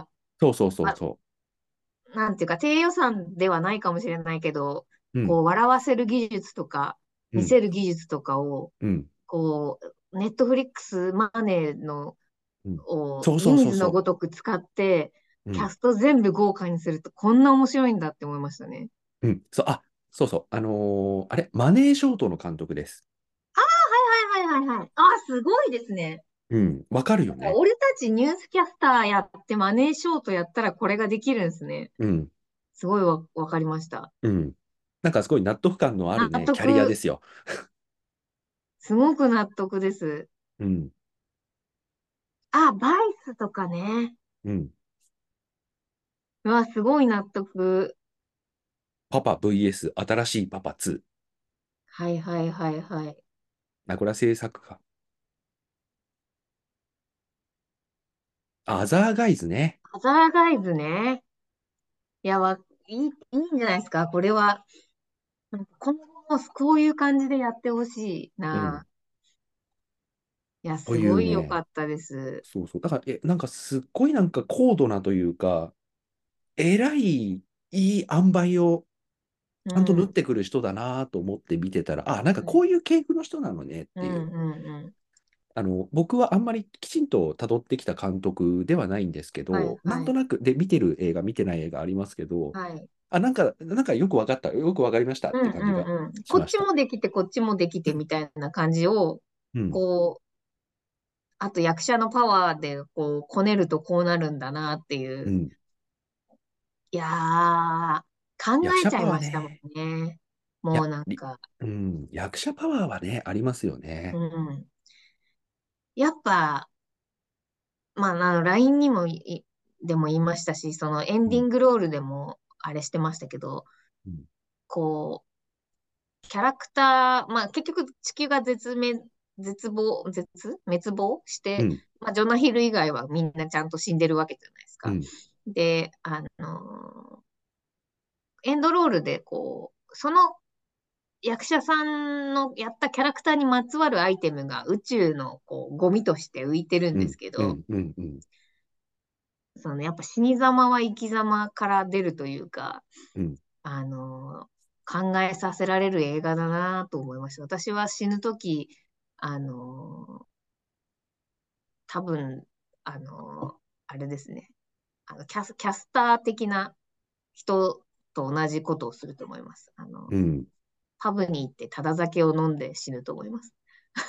そうそうそうあ、 そなんていうか、低予算ではないかもしれないけど、 う。うん、 こう、笑わせる技術とか、 うん、 見せる技術とかを、 うん、 こネットフリックスマネーうん。 をそうそう湯水のそうそごとく使って、 う。うん、 キャスト全部豪華にすると、こんな面白いんだって思いましたね。 うん。そうそう。あれ、マネーショートの監督です。 ああ、はいはいはいはいはい。ああ、すごいですね。 うん、わかるよね。 俺たちニュースキャスターやってマネーショートやったらこれができるんですね。 うん、 すごいわかりました。 うん。なんかすごい納得感のある納ね、キャリアで得、 すよ。 すごく納得です。 うん、 あ、バイスとかね。 うん。 うわ、すごい納得。 パパ VS 新しいパパ2。 はいはいはいはい。 名倉製作か。アザーガイズね。 アザーガイズね。いや、いいんじゃないですか。これは。なんか今後もこういう感じでやってほしいうん。 な。いや、 とすごい良かいうね、 ったです。 そうそう。だから、なんかすっごいなんか高度なというか、えらいいい塩梅をちゃんと縫っうん。 てくる人だなと思って見てたら、あ、なんかうん。 こういう系譜の人なのねっうん。 ていう。 うん。 僕はあんまりきちんと辿ってきた監督ではないんですけはい。 ど、なはい。 んとなく、で、見てる映画、見てない映画ありますけど、 はい。 あ、なんかよくわかった、よくわかりましたっうんて感じがうんうん。こっちしました。 もできて、こっちもできてみたいな感じを、 うん。 こう、あと役者のパワーで、こう、こねるとこうなるんだなっていう。 うん。 いやー、考えちゃい役者パワーましたもんね。 ね。 いや、 もうなんか、 うん、役者パワーはね、ありますようね。 ん。やっぱ、まあ、LINE にもでも言いましたし、そのエンうん。 ディングロールでもあれしてましたけど、 うん。 こキャラクター、まあ結局地球が滅亡して、 うん。 まあジョナヒル以外はみんなちゃんと死んでるわけじゃないですか。 うん。 で、エンドロールでその役者さんのやったキャラクターにまつわるアイテムが宇宙のゴミとして浮いてるんですうん。 けど、 うん。うん。うん。 やっぱ死に様は生き様から出るというか、 うん。 あの、考えさせられる映画だなと思いました。私は死ぬとき、あの、多分、あれですね。キャスター的な人と同じことをすると思います。 うん。 パブに行ってただ酒を飲んで死ぬと思います。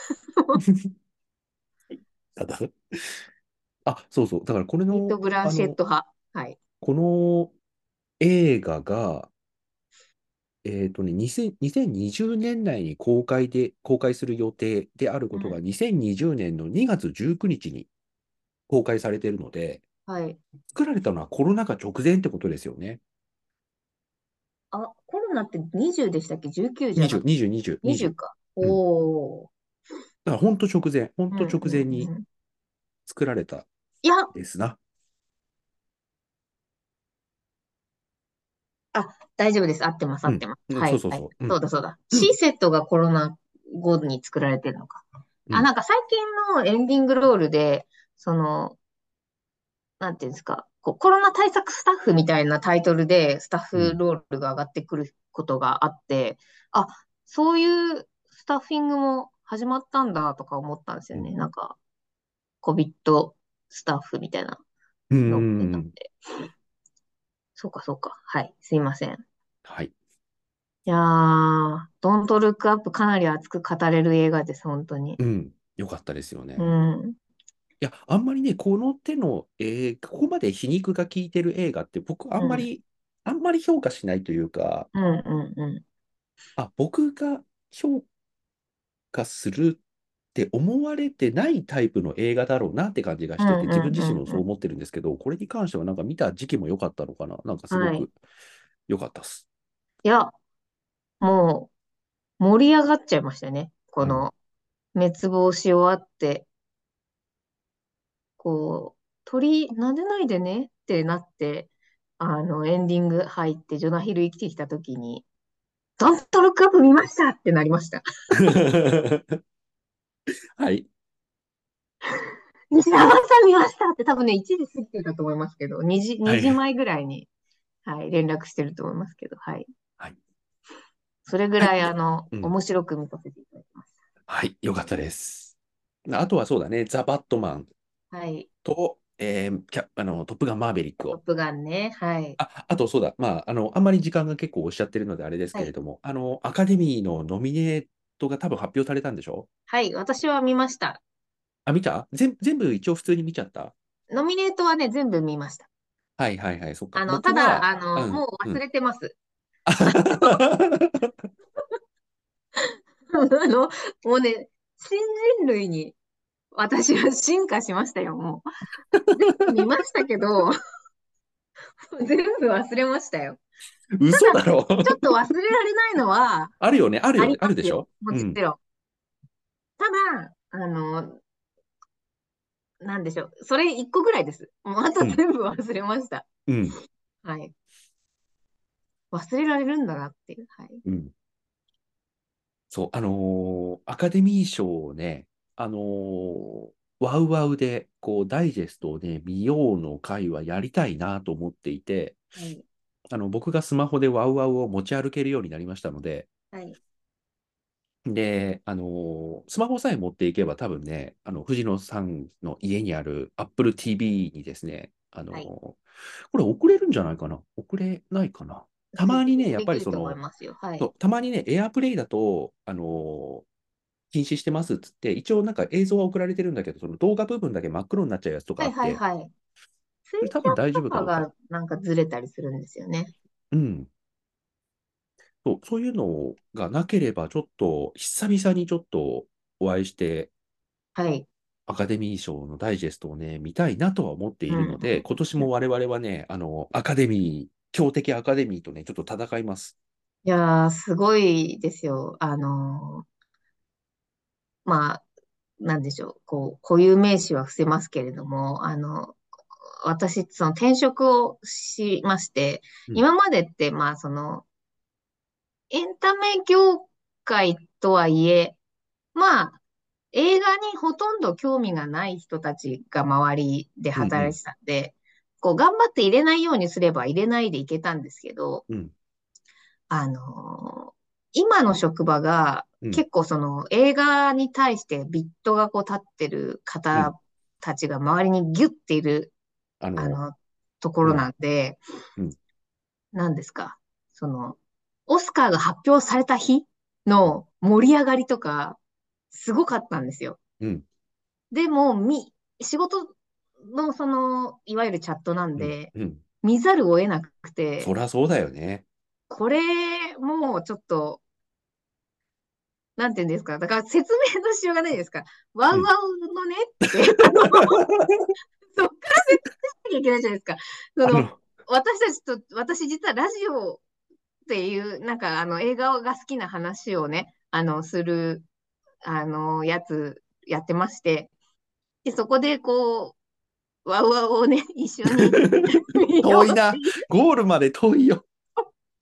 ただ、そうそう。だからこれケイト・の、 ブランシェット派。はい。 この映画が、2020年内に公開する予定であることがうん。 2020年の2月19日にちに公開されているので、 はい。 作られたのはコロナ禍直前ってことですよね。 あ、コロナって20でしたっけ？ 19 じゃな 20、 くて 20、20、 20 20。 か。 うん。 おー。 だから本当うんう直前にんうん。 作られたいや、 ですな。 あ、大丈夫です。合ってます、合うん。 ってます。 うん、 はい、はい。 そうそうそう。うん。 そうだ、そうだ。C セットがコロナ後に作られてるのか。あ、 うん。 なんか最近のエンディングロールで、その、なんていうんですか、こうコロナ対策スタッフみたいなタイトルでスタッうん。 フロールが上がってくることがあって、あ、そういうスタッフィングも始まったんだとか思ったんですよね。 うん。 なんか、COVID スタッフみたいなうのになっん。 て。そうか、そうか。はい、すいません。 はい。 いやー、ドントルックアップかなり熱く語れる映画です、本当に。 うん。よかったですようね。 ん。 いや、あんまりね、この手のここまで皮肉が効いてる映画って僕、 うん。 あんまり評価しないというか、 うん、うん、うん。 僕が評価するって思われてないタイプの映画だろうなって感じがうん、 してて、自分うん、 自身もうん。うん。 そう思ってるんですけど、これに関してはなんか見た時期も良かったのかな。なんかすごはい。 く良かったっす。 いや、もう盛り上がっちゃいましたね。こうん。 の滅亡し終わって、こう、鳥撫でないでねってなって、エンディング入ってジョナヒル生きてきた時に、ドントルックアップ見ましたってなりました。 はい。 西山さん見ましたって多分ね、1時過ぎてたと思いますけど、2 はい。 時前ぐらいに、はい、連絡してると思いますけど、はい。 はい。 それぐはい。 らい、 うん。 面白く見させていただきましはい。よかったです。あとはそうだね、ザ・バットマンた。はい。 と、トップガンマーヴェリックを。 トップガンね。はい。 あとそうだ、あんまり時間が結構おっしゃってるのであれですはい。 けれども、アカデミーのノミネートが多分発表されたんでしょ？ はい。私は見ました。 あ、見た全部一応普通に見ちゃった？ ノミネートはね、全部見ました。 はいはいはい、そっか。 ただ、 僕は、うん、 もう忘うん。 れてます。もうね、新人類に私は進化しましたよ、もう。全部見ましたけど、全部忘れましたよ。ただ、 嘘だろ？ ちょっと忘れられないのは、 あるよね、あるあよね、 りますよ。 あるでしょ？ もうん、 ちろん。ただ、なんでしょう。それ一個ぐらいです。もうあとうん、 全部忘れました。 うん、 はい。忘れられるんだなっていう。はい。 うん。そう、アカデミー賞をね、ワウワウで、こう、ダイジェストをね、見ようの会はやりたいなと思っていて、 はい。 僕がスマホでワウワウを持ち歩けるようになりましたので、 はい。 で、スマホさえ持っていけば多分ね、藤野さんの家にある Apple TV にですね、 はい。 これ送れるんじゃないかな？送れないかな？たまにね、やっできると思いぱりますよ。はい。 そうたまにね、エアプレイだと、禁止してますっつって、一応なんか映像は送られてるんだけど、その動画部分だけ真っ黒になっちゃうやつとかはいあって、 はいはい。ツイキそれ多分大ャスと丈夫かどうか。 かがなんかずれたりするんですよね。 うん。そういうのがなければ、ちょっと久々にちょっとお会いして、 はい。 アカデミー賞のダイジェストをね、見たいなとは思っていうん。 るので、今年も我々はね、強敵アカデミーとね、ちょっと戦います。 いやー、すごいですよ。まあ、なんでしょう。こう、固有名詞は伏せますけれども、私、その転職をしまして、 うん、 今までって、まあ、エンタメ業界とはいえ、まあ、映画にほとんど興味がない人たちが周りでうん、うん、 働いてたんで、こう、頑張って入れないようにすれば入れないでいけたんですけど、 うん、 あのー今の職場がうん、 結構その映画に対してビットがこう立ってるうん。 方たちが周りにギュッている、 あの、 あの、ところうん、 なんで、 うん、 何ですか、その、オスカーが発表された日うん、 の盛り上がりとか、すごかったんですよ。 うん、 でも、仕事のいわゆるチャットなんうん。 で、 うん。 見ざるを得なくて、 そりゃそうだよね。 これ、もうちょっと、なんていうんですか。だから説明のしようがないですから。ワうん。 ウワウのねって、そっから説明しなきゃいけないじゃないですか。その、 あの、 私たちと、私実はラジオっていう、なんか映画が好きな話をね、する、やつやってまして、で、そこでこう、ワウワウをね、一緒に見ようって遠いな。 いう。 ゴールまで遠いよ。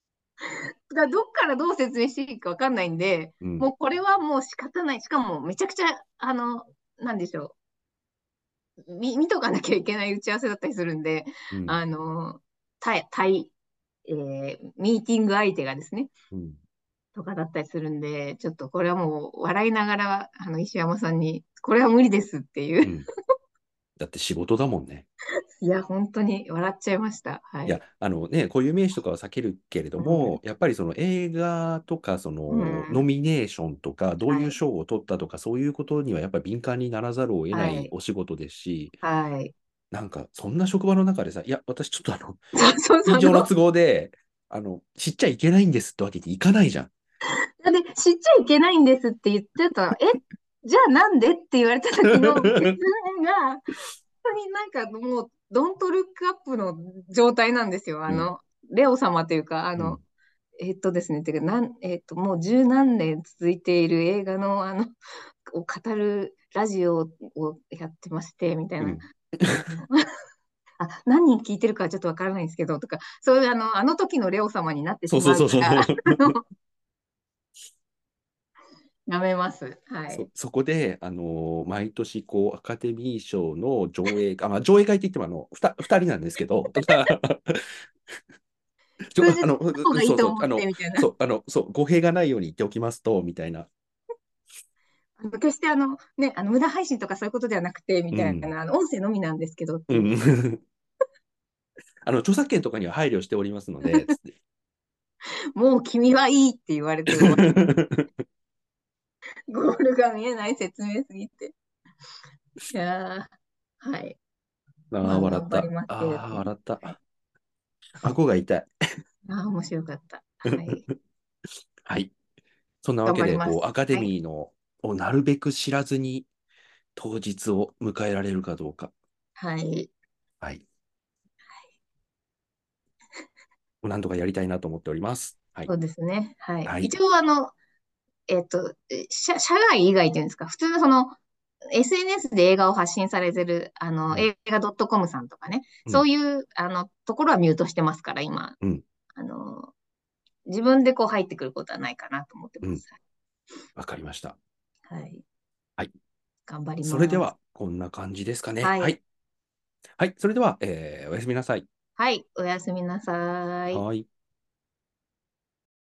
がどっからどう説明していいかわかんないんで、 うん、 もうこれはもう仕方ない。しかもめちゃくちゃ、なんでしょ見とかなきゃいけない打ち合わせだったりするんで、 うん、 あの、対、ミーティング相手がですね、 うん、 とかだったりするんで、ちょっとこれはもう笑いながら、石山さんに、これは無理ですっていう。 うん。だって仕事だもんね。 いや、本当に笑っちゃいました。はいや、 い。 固有名詞とかは避けるけれどうん。 も、やっぱりその映画とか、そうのノん。 ミネーションとか、どういうはい。 賞を取ったとか、そういうことにはやっぱり敏感にならざるを得なはい。 いお仕事ですし、 はい。 なんか、そんな職場の中でさ、いや、私ちょっとそうそうそう。 以上の都合で、知っちゃいけないんですってわけにいかないじゃん。 で、知っちゃいけないんですって言ってたら、じゃあなんでって言われた時の説明が、本当になんかもう、ドントルックアップの状態なんですよ。 うん、 レオ様というか、 うん、 ですね、てか、もう十何年続いている映画の、を語るラジオをやってまして、みたいな。 うん。 あの何人聞いてるかはちょっとわからないんですけど、とか、そういうあの時のレオ様になってしそうそうそうそう。 まうから、やめます。はい。 そこで、毎年、こう、アカデミー賞の上映、まあ、上映会って言っても、二人なんですけど、 数日の方がいいそうそう、 と思って、みたいな。 語弊がないように言っておきますと、みたいな。 決して無駄配信とかそういうことではなくて、みうん。 たいな、音声のみなんですけどっていう。 うん。著作権とかには配慮しておりますので、つって。 もう君はいいって言われて終わり。ゴールが見えない説明すぎて。いやー、はい。 ああ、 まあ、 笑った。 頑張りますけれああ、 ども。 笑った。 はい。 顎が痛い。 面白かった。はい。 はい。そんなわ頑けで、こう、 張ります。 アカデはい。 ミーのをなるべく知らずに当日を迎えられるかどうか。 はい。 はい。なんとかやりたいなと思っております。はい。 そうですね。はい。 はい。 一応、社外以外っていうんですか、普通のSNS で映画を発信されてる、 うん。 映画 .com さんとかね、 うん。 そういう、ところはミュートしてますから、今。 うん。 あの、自分でこう入ってくることはないかなと思ってうん。 ます。 わかりました。 はい。 はい。 頑張ります。 それでは、こんな感じですかね。 はい。 はい。はい。それでは、おやすみなさい。 はい。おやすみなさい。 はい。